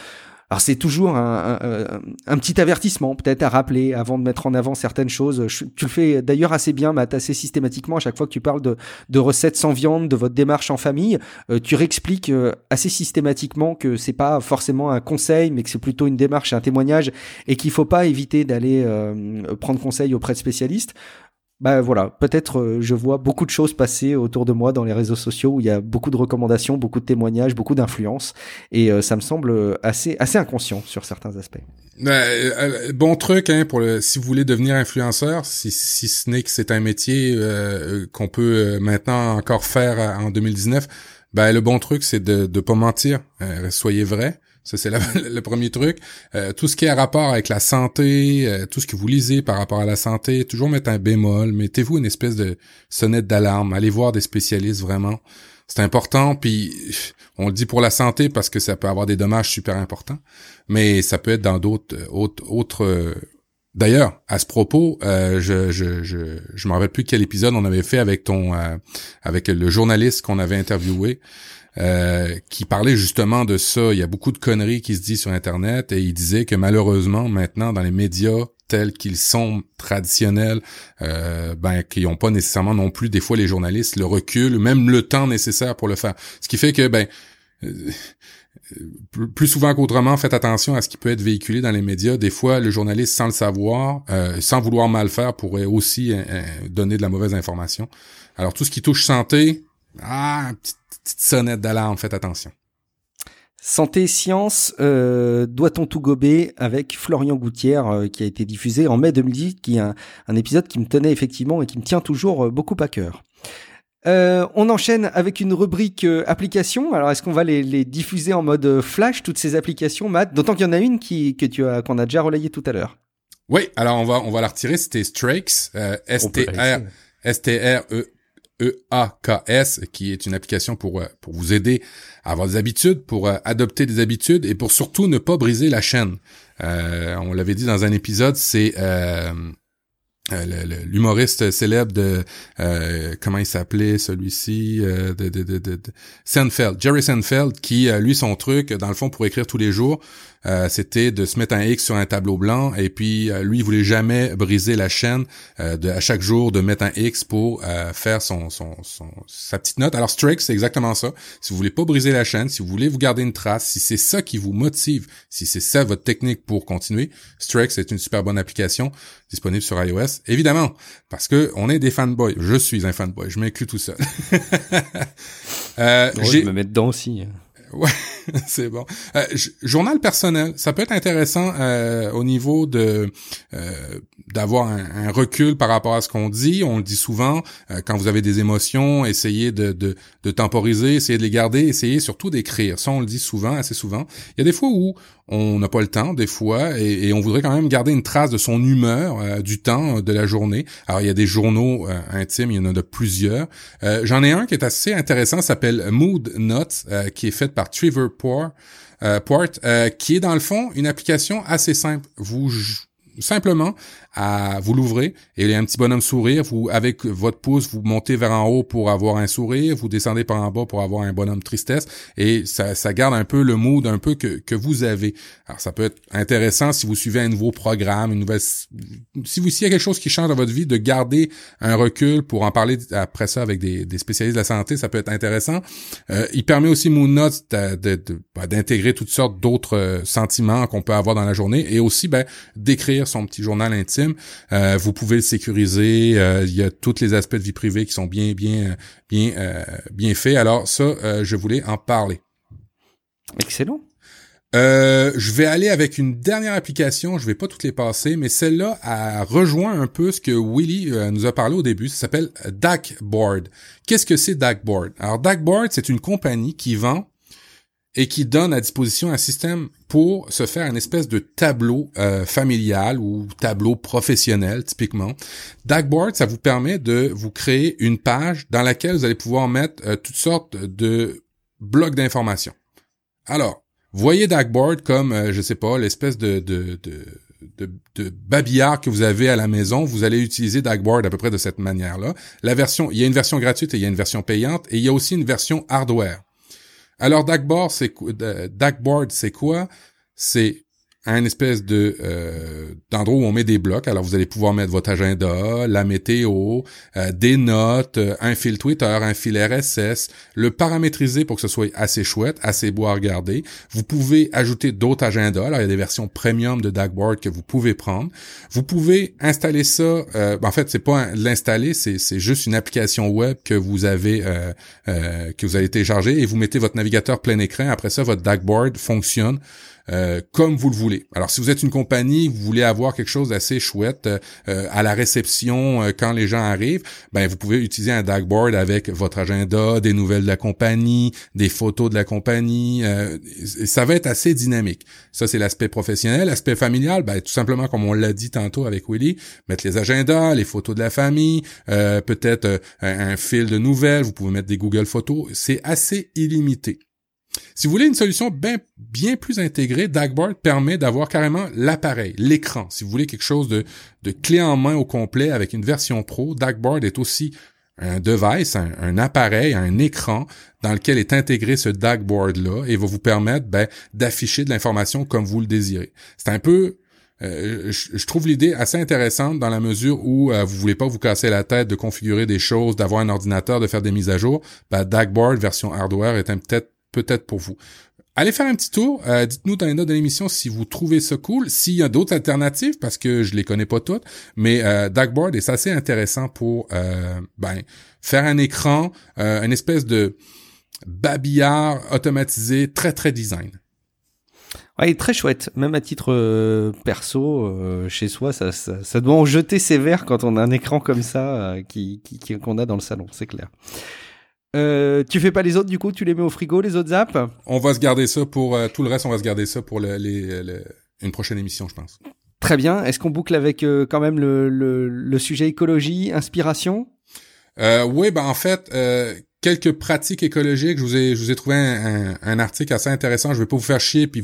Alors c'est toujours un petit avertissement, peut-être à rappeler avant de mettre en avant certaines choses. Tu le fais d'ailleurs assez bien, Matt, assez systématiquement. À chaque fois que tu parles de recettes sans viande, de votre démarche en famille, tu réexpliques assez systématiquement que c'est pas forcément un conseil, mais que c'est plutôt une démarche et un témoignage, et qu'il faut pas éviter d'aller prendre conseil auprès de spécialistes. Bah voilà, peut-être je vois beaucoup de choses passer autour de moi dans les réseaux sociaux où il y a beaucoup de recommandations, beaucoup de témoignages, beaucoup d'influence, et ça me semble assez inconscient sur certains aspects. Bon truc pour si vous voulez devenir influenceur, si ce n'est que c'est un métier qu'on peut maintenant encore faire en 2019, le bon truc c'est de pas mentir, soyez vrai. Ça, c'est le premier truc. Tout ce qui est à rapport avec la santé, tout ce que vous lisez par rapport à la santé, toujours mettre un bémol, mettez-vous une espèce de sonnette d'alarme, allez voir des spécialistes vraiment. C'est important, puis on le dit pour la santé parce que ça peut avoir des dommages super importants, mais ça peut être dans d'autres autres. D'ailleurs, à ce propos, je me rappelle plus quel épisode on avait fait avec avec le journaliste qu'on avait interviewé. Qui parlait justement de ça. Il y a beaucoup de conneries qui se disent sur Internet et il disait que malheureusement, maintenant, dans les médias tels qu'ils sont traditionnels, qu'ils n'ont pas nécessairement non plus, des fois, les journalistes, le recul, même le temps nécessaire pour le faire. Ce qui fait que, plus souvent qu'autrement, faites attention à ce qui peut être véhiculé dans les médias. Des fois, le journaliste, sans le savoir, sans vouloir mal faire, pourrait aussi donner de la mauvaise information. Alors, tout ce qui touche santé, petite sonnette d'alarme, faites attention. Santé Science, doit-on tout gober avec Florian Gouttière, qui a été diffusé en mai 2010, qui est un épisode qui me tenait effectivement et qui me tient toujours beaucoup à cœur. On enchaîne avec une rubrique applications. Alors, est-ce qu'on va les diffuser en mode flash, toutes ces applications, Matt? D'autant qu'il y en a une qu'on a déjà relayée tout à l'heure. Oui, alors on va la retirer. C'était Straks, STREAKS, qui est une application pour vous aider à avoir des habitudes, pour adopter des habitudes et pour surtout ne pas briser la chaîne. On l'avait dit dans un épisode, c'est l'humoriste célèbre de comment il s'appelait celui-ci de Seinfeld, Jerry Seinfeld, qui lui son truc dans le fond pour écrire tous les jours, c'était de se mettre un X sur un tableau blanc et puis lui il voulait jamais briser la chaîne à chaque jour de mettre un X pour faire sa petite note. Alors Strix, c'est exactement ça. Si vous voulez pas briser la chaîne, si vous voulez vous garder une trace, si c'est ça qui vous motive, si c'est ça votre technique pour continuer, Strix est une super bonne application disponible sur iOS, évidemment, parce que on est des fanboys. Je suis un fanboy, je m'inclus tout seul. Je me mets dedans aussi. Ouais, c'est bon. Journal personnel, ça peut être intéressant au niveau d'avoir un recul par rapport à ce qu'on dit. On le dit souvent, quand vous avez des émotions, essayez de temporiser, essayez de les garder, essayez surtout d'écrire. Ça, on le dit souvent, assez souvent. Il y a des fois où on n'a pas le temps, des fois, et on voudrait quand même garder une trace de son humeur, du temps de la journée. Alors, il y a des journaux intimes, il y en a de plusieurs. J'en ai un qui est assez intéressant, ça s'appelle Mood Notes, qui est fait par Trevor Port, qui est dans le fond une application assez simple. Simplement, vous l'ouvrez et il y a un petit bonhomme sourire. Vous, avec votre pouce, vous montez vers en haut pour avoir un sourire, vous descendez par en bas pour avoir un bonhomme tristesse et ça garde un peu le mood un peu que vous avez. Alors ça peut être intéressant si vous suivez un nouveau programme, s'il y a quelque chose qui change dans votre vie, de garder un recul pour en parler après ça avec des spécialistes de la santé, ça peut être intéressant. Il permet aussi Mood Notes d'intégrer toutes sortes d'autres sentiments qu'on peut avoir dans la journée et aussi d'écrire son petit journal intime. Vous pouvez le sécuriser. Il y a tous les aspects de vie privée qui sont bien faits. Alors ça, je voulais en parler. Excellent. Je vais aller avec une dernière application. Je vais pas toutes les passer, mais celle-là a rejoint un peu ce que Willy nous a parlé au début. Ça s'appelle Dagboard. Qu'est-ce que c'est Dagboard? Alors Dagboard, c'est une compagnie qui vend et qui donne à disposition un système pour se faire une espèce de tableau familial ou tableau professionnel, typiquement. Dagboard, ça vous permet de vous créer une page dans laquelle vous allez pouvoir mettre toutes sortes de blocs d'informations. Alors, voyez Dagboard comme, je sais pas, l'espèce de babillard que vous avez à la maison. Vous allez utiliser Dagboard à peu près de cette manière-là. Il y a une version gratuite et il y a une version payante et il y a aussi une version hardware. Alors Dagboard, c'est quoi? c'est un espèce de d'endroit où on met des blocs. Alors, vous allez pouvoir mettre votre agenda, la météo, des notes, un fil Twitter, un fil RSS, le paramétriser pour que ce soit assez chouette, assez beau à regarder. Vous pouvez ajouter d'autres agendas. Alors, il y a des versions premium de Dagboard que vous pouvez prendre. Vous pouvez installer ça. En fait, c'est pas l'installer, c'est juste une application web que vous avez télécharger et vous mettez votre navigateur plein écran. Après ça, votre Dagboard fonctionne comme vous le voulez. Alors, si vous êtes une compagnie, vous voulez avoir quelque chose d'assez chouette à la réception quand les gens arrivent, ben vous pouvez utiliser un Dagboard avec votre agenda, des nouvelles de la compagnie, des photos de la compagnie. Ça va être assez dynamique. Ça, c'est l'aspect professionnel. L'aspect familial, ben tout simplement, comme on l'a dit tantôt avec Willy, mettre les agendas, les photos de la famille, peut-être un fil de nouvelles. Vous pouvez mettre des Google Photos. C'est assez illimité. Si vous voulez une solution bien plus intégrée, Dagboard permet d'avoir carrément l'appareil, l'écran. Si vous voulez quelque chose de clé en main au complet avec une version pro, Dagboard est aussi un device, un appareil, un écran dans lequel est intégré ce Dagboard-là et va vous permettre d'afficher de l'information comme vous le désirez. C'est un peu... je trouve l'idée assez intéressante dans la mesure où vous voulez pas vous casser la tête de configurer des choses, d'avoir un ordinateur, de faire des mises à jour. Dagboard version hardware est peut-être pour vous. Allez faire un petit tour. Dites-nous dans les notes de l'émission si vous trouvez ça cool. S'il y a d'autres alternatives, parce que je les connais pas toutes, mais Dagboard est assez intéressant pour faire un écran, une espèce de babillard automatisé très, très design. Ouais, très chouette. Même à titre perso, chez soi, ça doit en jeter sévère quand on a un écran comme ça qu'on a dans le salon, c'est clair. Tu fais pas les autres, du coup, tu les mets au frigo, les autres apps? On va se garder ça pour tout le reste, on va se garder ça pour une prochaine émission, je pense. Très bien. Est-ce qu'on boucle avec quand même le sujet écologie, inspiration? Oui, en fait, quelques pratiques écologiques. Je vous ai trouvé un article assez intéressant. Je vais pas vous faire chier puis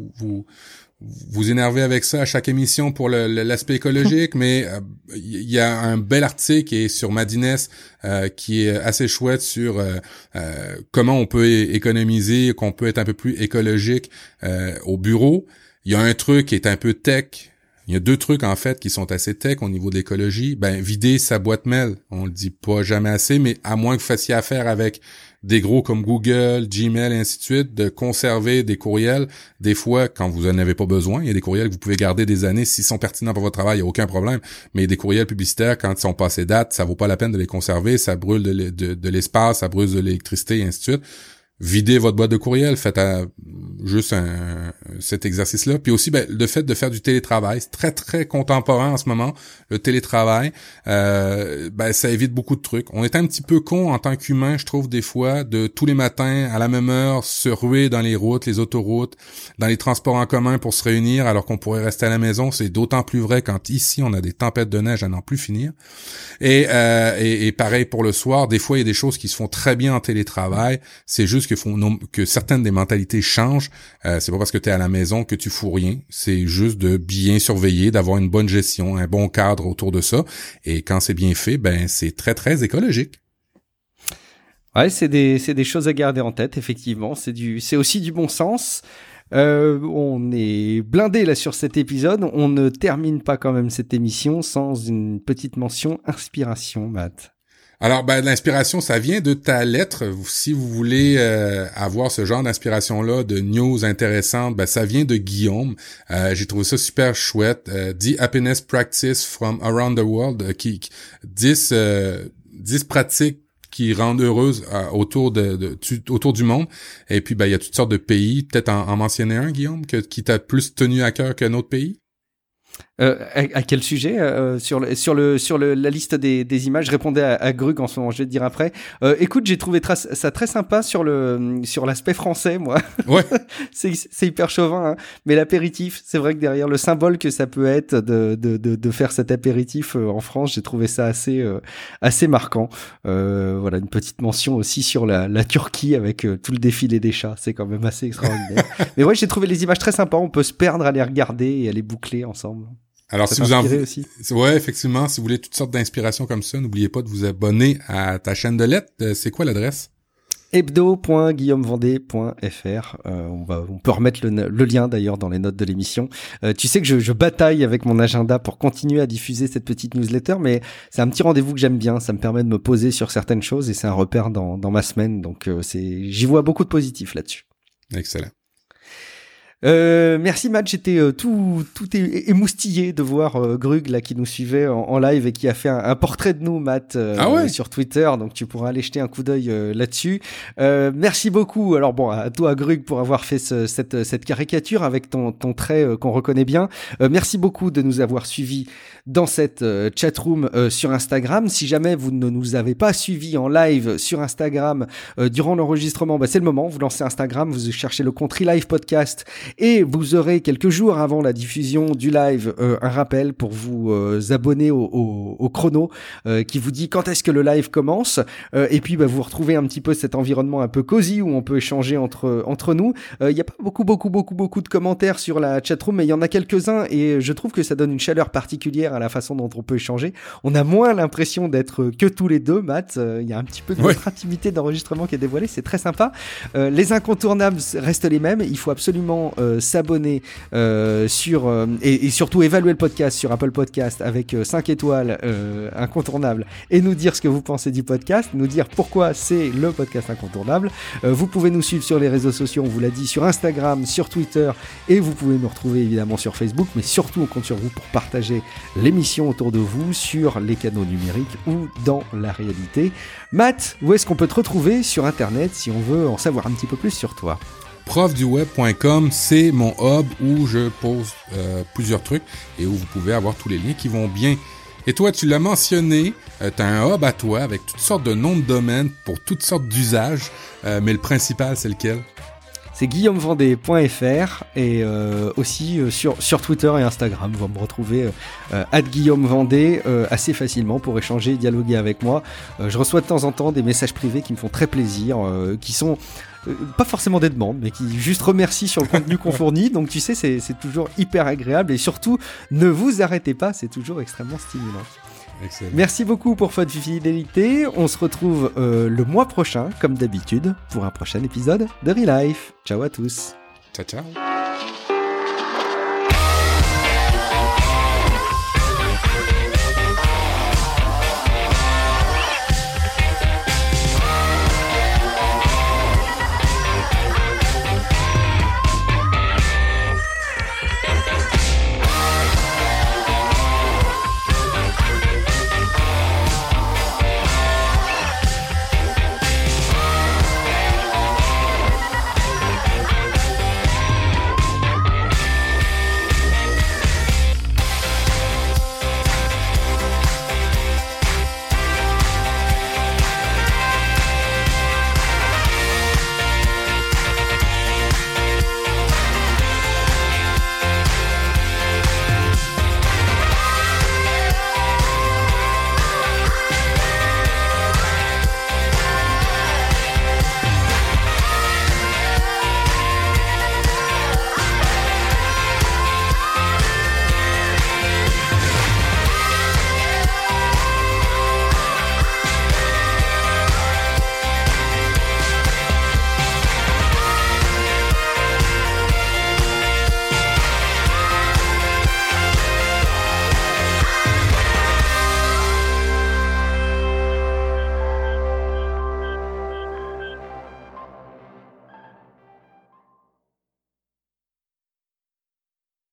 vous énerver avec ça à chaque émission pour l'aspect écologique, mais il y a un bel article qui est sur Madines qui est assez chouette sur comment on peut économiser, qu'on peut être un peu plus écologique au bureau. Il y a un truc qui est un peu tech. Il y a deux trucs, en fait, qui sont assez tech au niveau de l'écologie. Vider sa boîte mail. On le dit pas jamais assez, mais à moins que vous fassiez affaire avec des gros comme Google, Gmail, et ainsi de suite, de conserver des courriels. Des fois, quand vous en avez pas besoin, il y a des courriels que vous pouvez garder des années. S'ils sont pertinents pour votre travail, il n'y a aucun problème. Mais des courriels publicitaires, quand ils sont passés date, ça vaut pas la peine de les conserver. Ça brûle de l'espace, ça brûle de l'électricité, et ainsi de suite. Videz votre boîte de courriel, faites juste cet exercice-là. Puis aussi, le fait de faire du télétravail, c'est très, très contemporain en ce moment, le télétravail. Ça évite beaucoup de trucs. On est un petit peu con en tant qu'humain, je trouve, des fois, de tous les matins, à la même heure, se ruer dans les routes, les autoroutes, dans les transports en commun pour se réunir, alors qu'on pourrait rester à la maison. C'est d'autant plus vrai quand ici, on a des tempêtes de neige à n'en plus finir. Et pareil pour le soir, des fois, il y a des choses qui se font très bien en télétravail. C'est juste que certaines des mentalités changent. C'est pas parce que tu es à la maison que tu fous rien. C'est juste de bien surveiller, d'avoir une bonne gestion, un bon cadre autour de ça. Et quand c'est bien fait, c'est très, très écologique. Ouais, c'est des choses à garder en tête, effectivement. C'est aussi du bon sens. On est blindé là sur cet épisode. On ne termine pas quand même cette émission sans une petite mention inspiration, Matt. Alors, l'inspiration, ça vient de ta lettre. Si vous voulez avoir ce genre d'inspiration-là, de news intéressantes, ça vient de Guillaume. J'ai trouvé ça super chouette. The Happiness Practice from Around the World, 10 pratiques qui rendent heureuse autour du monde. Et puis, il y a toutes sortes de pays. Peut-être en mentionner un, Guillaume, qui t'a plus tenu à cœur qu'un autre pays? À quel sujet sur la liste des images? Je répondais à Grug en ce moment, je vais te dire après. Écoute, j'ai trouvé ça très sympa sur l'aspect français, moi. Ouais. c'est hyper chauvin, hein. Mais l'apéritif, c'est vrai que derrière le symbole que ça peut être de faire cet apéritif en France, j'ai trouvé ça assez marquant. Voilà, une petite mention aussi sur la Turquie avec tout le défilé des chats, c'est quand même assez extraordinaire. Mais ouais, j'ai trouvé les images très sympas, on peut se perdre à les regarder et à les boucler ensemble. Alors, si vous aussi. Ouais, effectivement, si vous voulez toutes sortes d'inspirations comme ça, n'oubliez pas de vous abonner à ta chaîne de lettres. C'est quoi l'adresse? hebdo.guillaumevendée.fr. On peut remettre le lien d'ailleurs dans les notes de l'émission. Tu sais que je bataille avec mon agenda pour continuer à diffuser cette petite newsletter, mais c'est un petit rendez-vous que j'aime bien. Ça me permet de me poser sur certaines choses et c'est un repère dans ma semaine. Donc j'y vois beaucoup de positif là-dessus. Excellent. Merci Matt, j'étais tout émoustillé de voir Grug là qui nous suivait en live et qui a fait un portrait de nous, Matt, sur Twitter, donc tu pourras aller jeter un coup d'œil là-dessus. Merci beaucoup. Alors bon, à toi Grug pour avoir fait cette caricature avec ton trait qu'on reconnaît bien. Merci beaucoup de nous avoir suivis dans cette chatroom sur Instagram. Si jamais vous ne nous avez pas suivis en live sur Instagram durant l'enregistrement, c'est le moment. Vous lancez Instagram, vous cherchez le compte Relive Podcast. Et vous aurez quelques jours avant la diffusion du live un rappel pour vous abonner au chrono qui vous dit quand est-ce que le live commence. Et puis vous retrouvez un petit peu cet environnement un peu cosy où on peut échanger entre nous. Il n'y a pas beaucoup de commentaires sur la chatroom, mais il y en a quelques-uns et je trouve que ça donne une chaleur particulière à la façon dont on peut échanger. On a moins l'impression d'être que tous les deux, Matt. Il y a un petit peu de notre intimité d'enregistrement qui est dévoilée, c'est très sympa. Les incontournables restent les mêmes. Il faut absolument s'abonner sur et surtout évaluer le podcast sur Apple Podcast avec 5 étoiles incontournable et nous dire ce que vous pensez du podcast, nous dire pourquoi c'est le podcast incontournable. Vous pouvez nous suivre sur les réseaux sociaux, on vous l'a dit, sur Instagram, sur Twitter et vous pouvez nous retrouver évidemment sur Facebook, mais surtout on compte sur vous pour partager l'émission autour de vous sur les canaux numériques ou dans la réalité. Matt, où est-ce qu'on peut te retrouver sur Internet si on veut en savoir un petit peu plus sur toi? profduweb.com, c'est mon hub où je pose plusieurs trucs et où vous pouvez avoir tous les liens qui vont bien. Et toi, tu l'as mentionné, tu as un hub à toi avec toutes sortes de noms de domaines pour toutes sortes d'usages, mais le principal, c'est lequel? C'est guillaumevendée.fr et aussi sur Twitter et Instagram. Vous me retrouvez @guillaumevendée assez facilement pour échanger et dialoguer avec moi. Je reçois de temps en temps des messages privés qui me font très plaisir, qui sont pas forcément des demandes, mais qui juste remercient sur le contenu qu'on fournit. Donc tu sais, c'est toujours hyper agréable et surtout, ne vous arrêtez pas, c'est toujours extrêmement stimulant. Excellent. Merci beaucoup pour votre fidélité. On se retrouve le mois prochain, comme d'habitude, pour un prochain épisode de Relive. Ciao à tous. Ciao, ciao.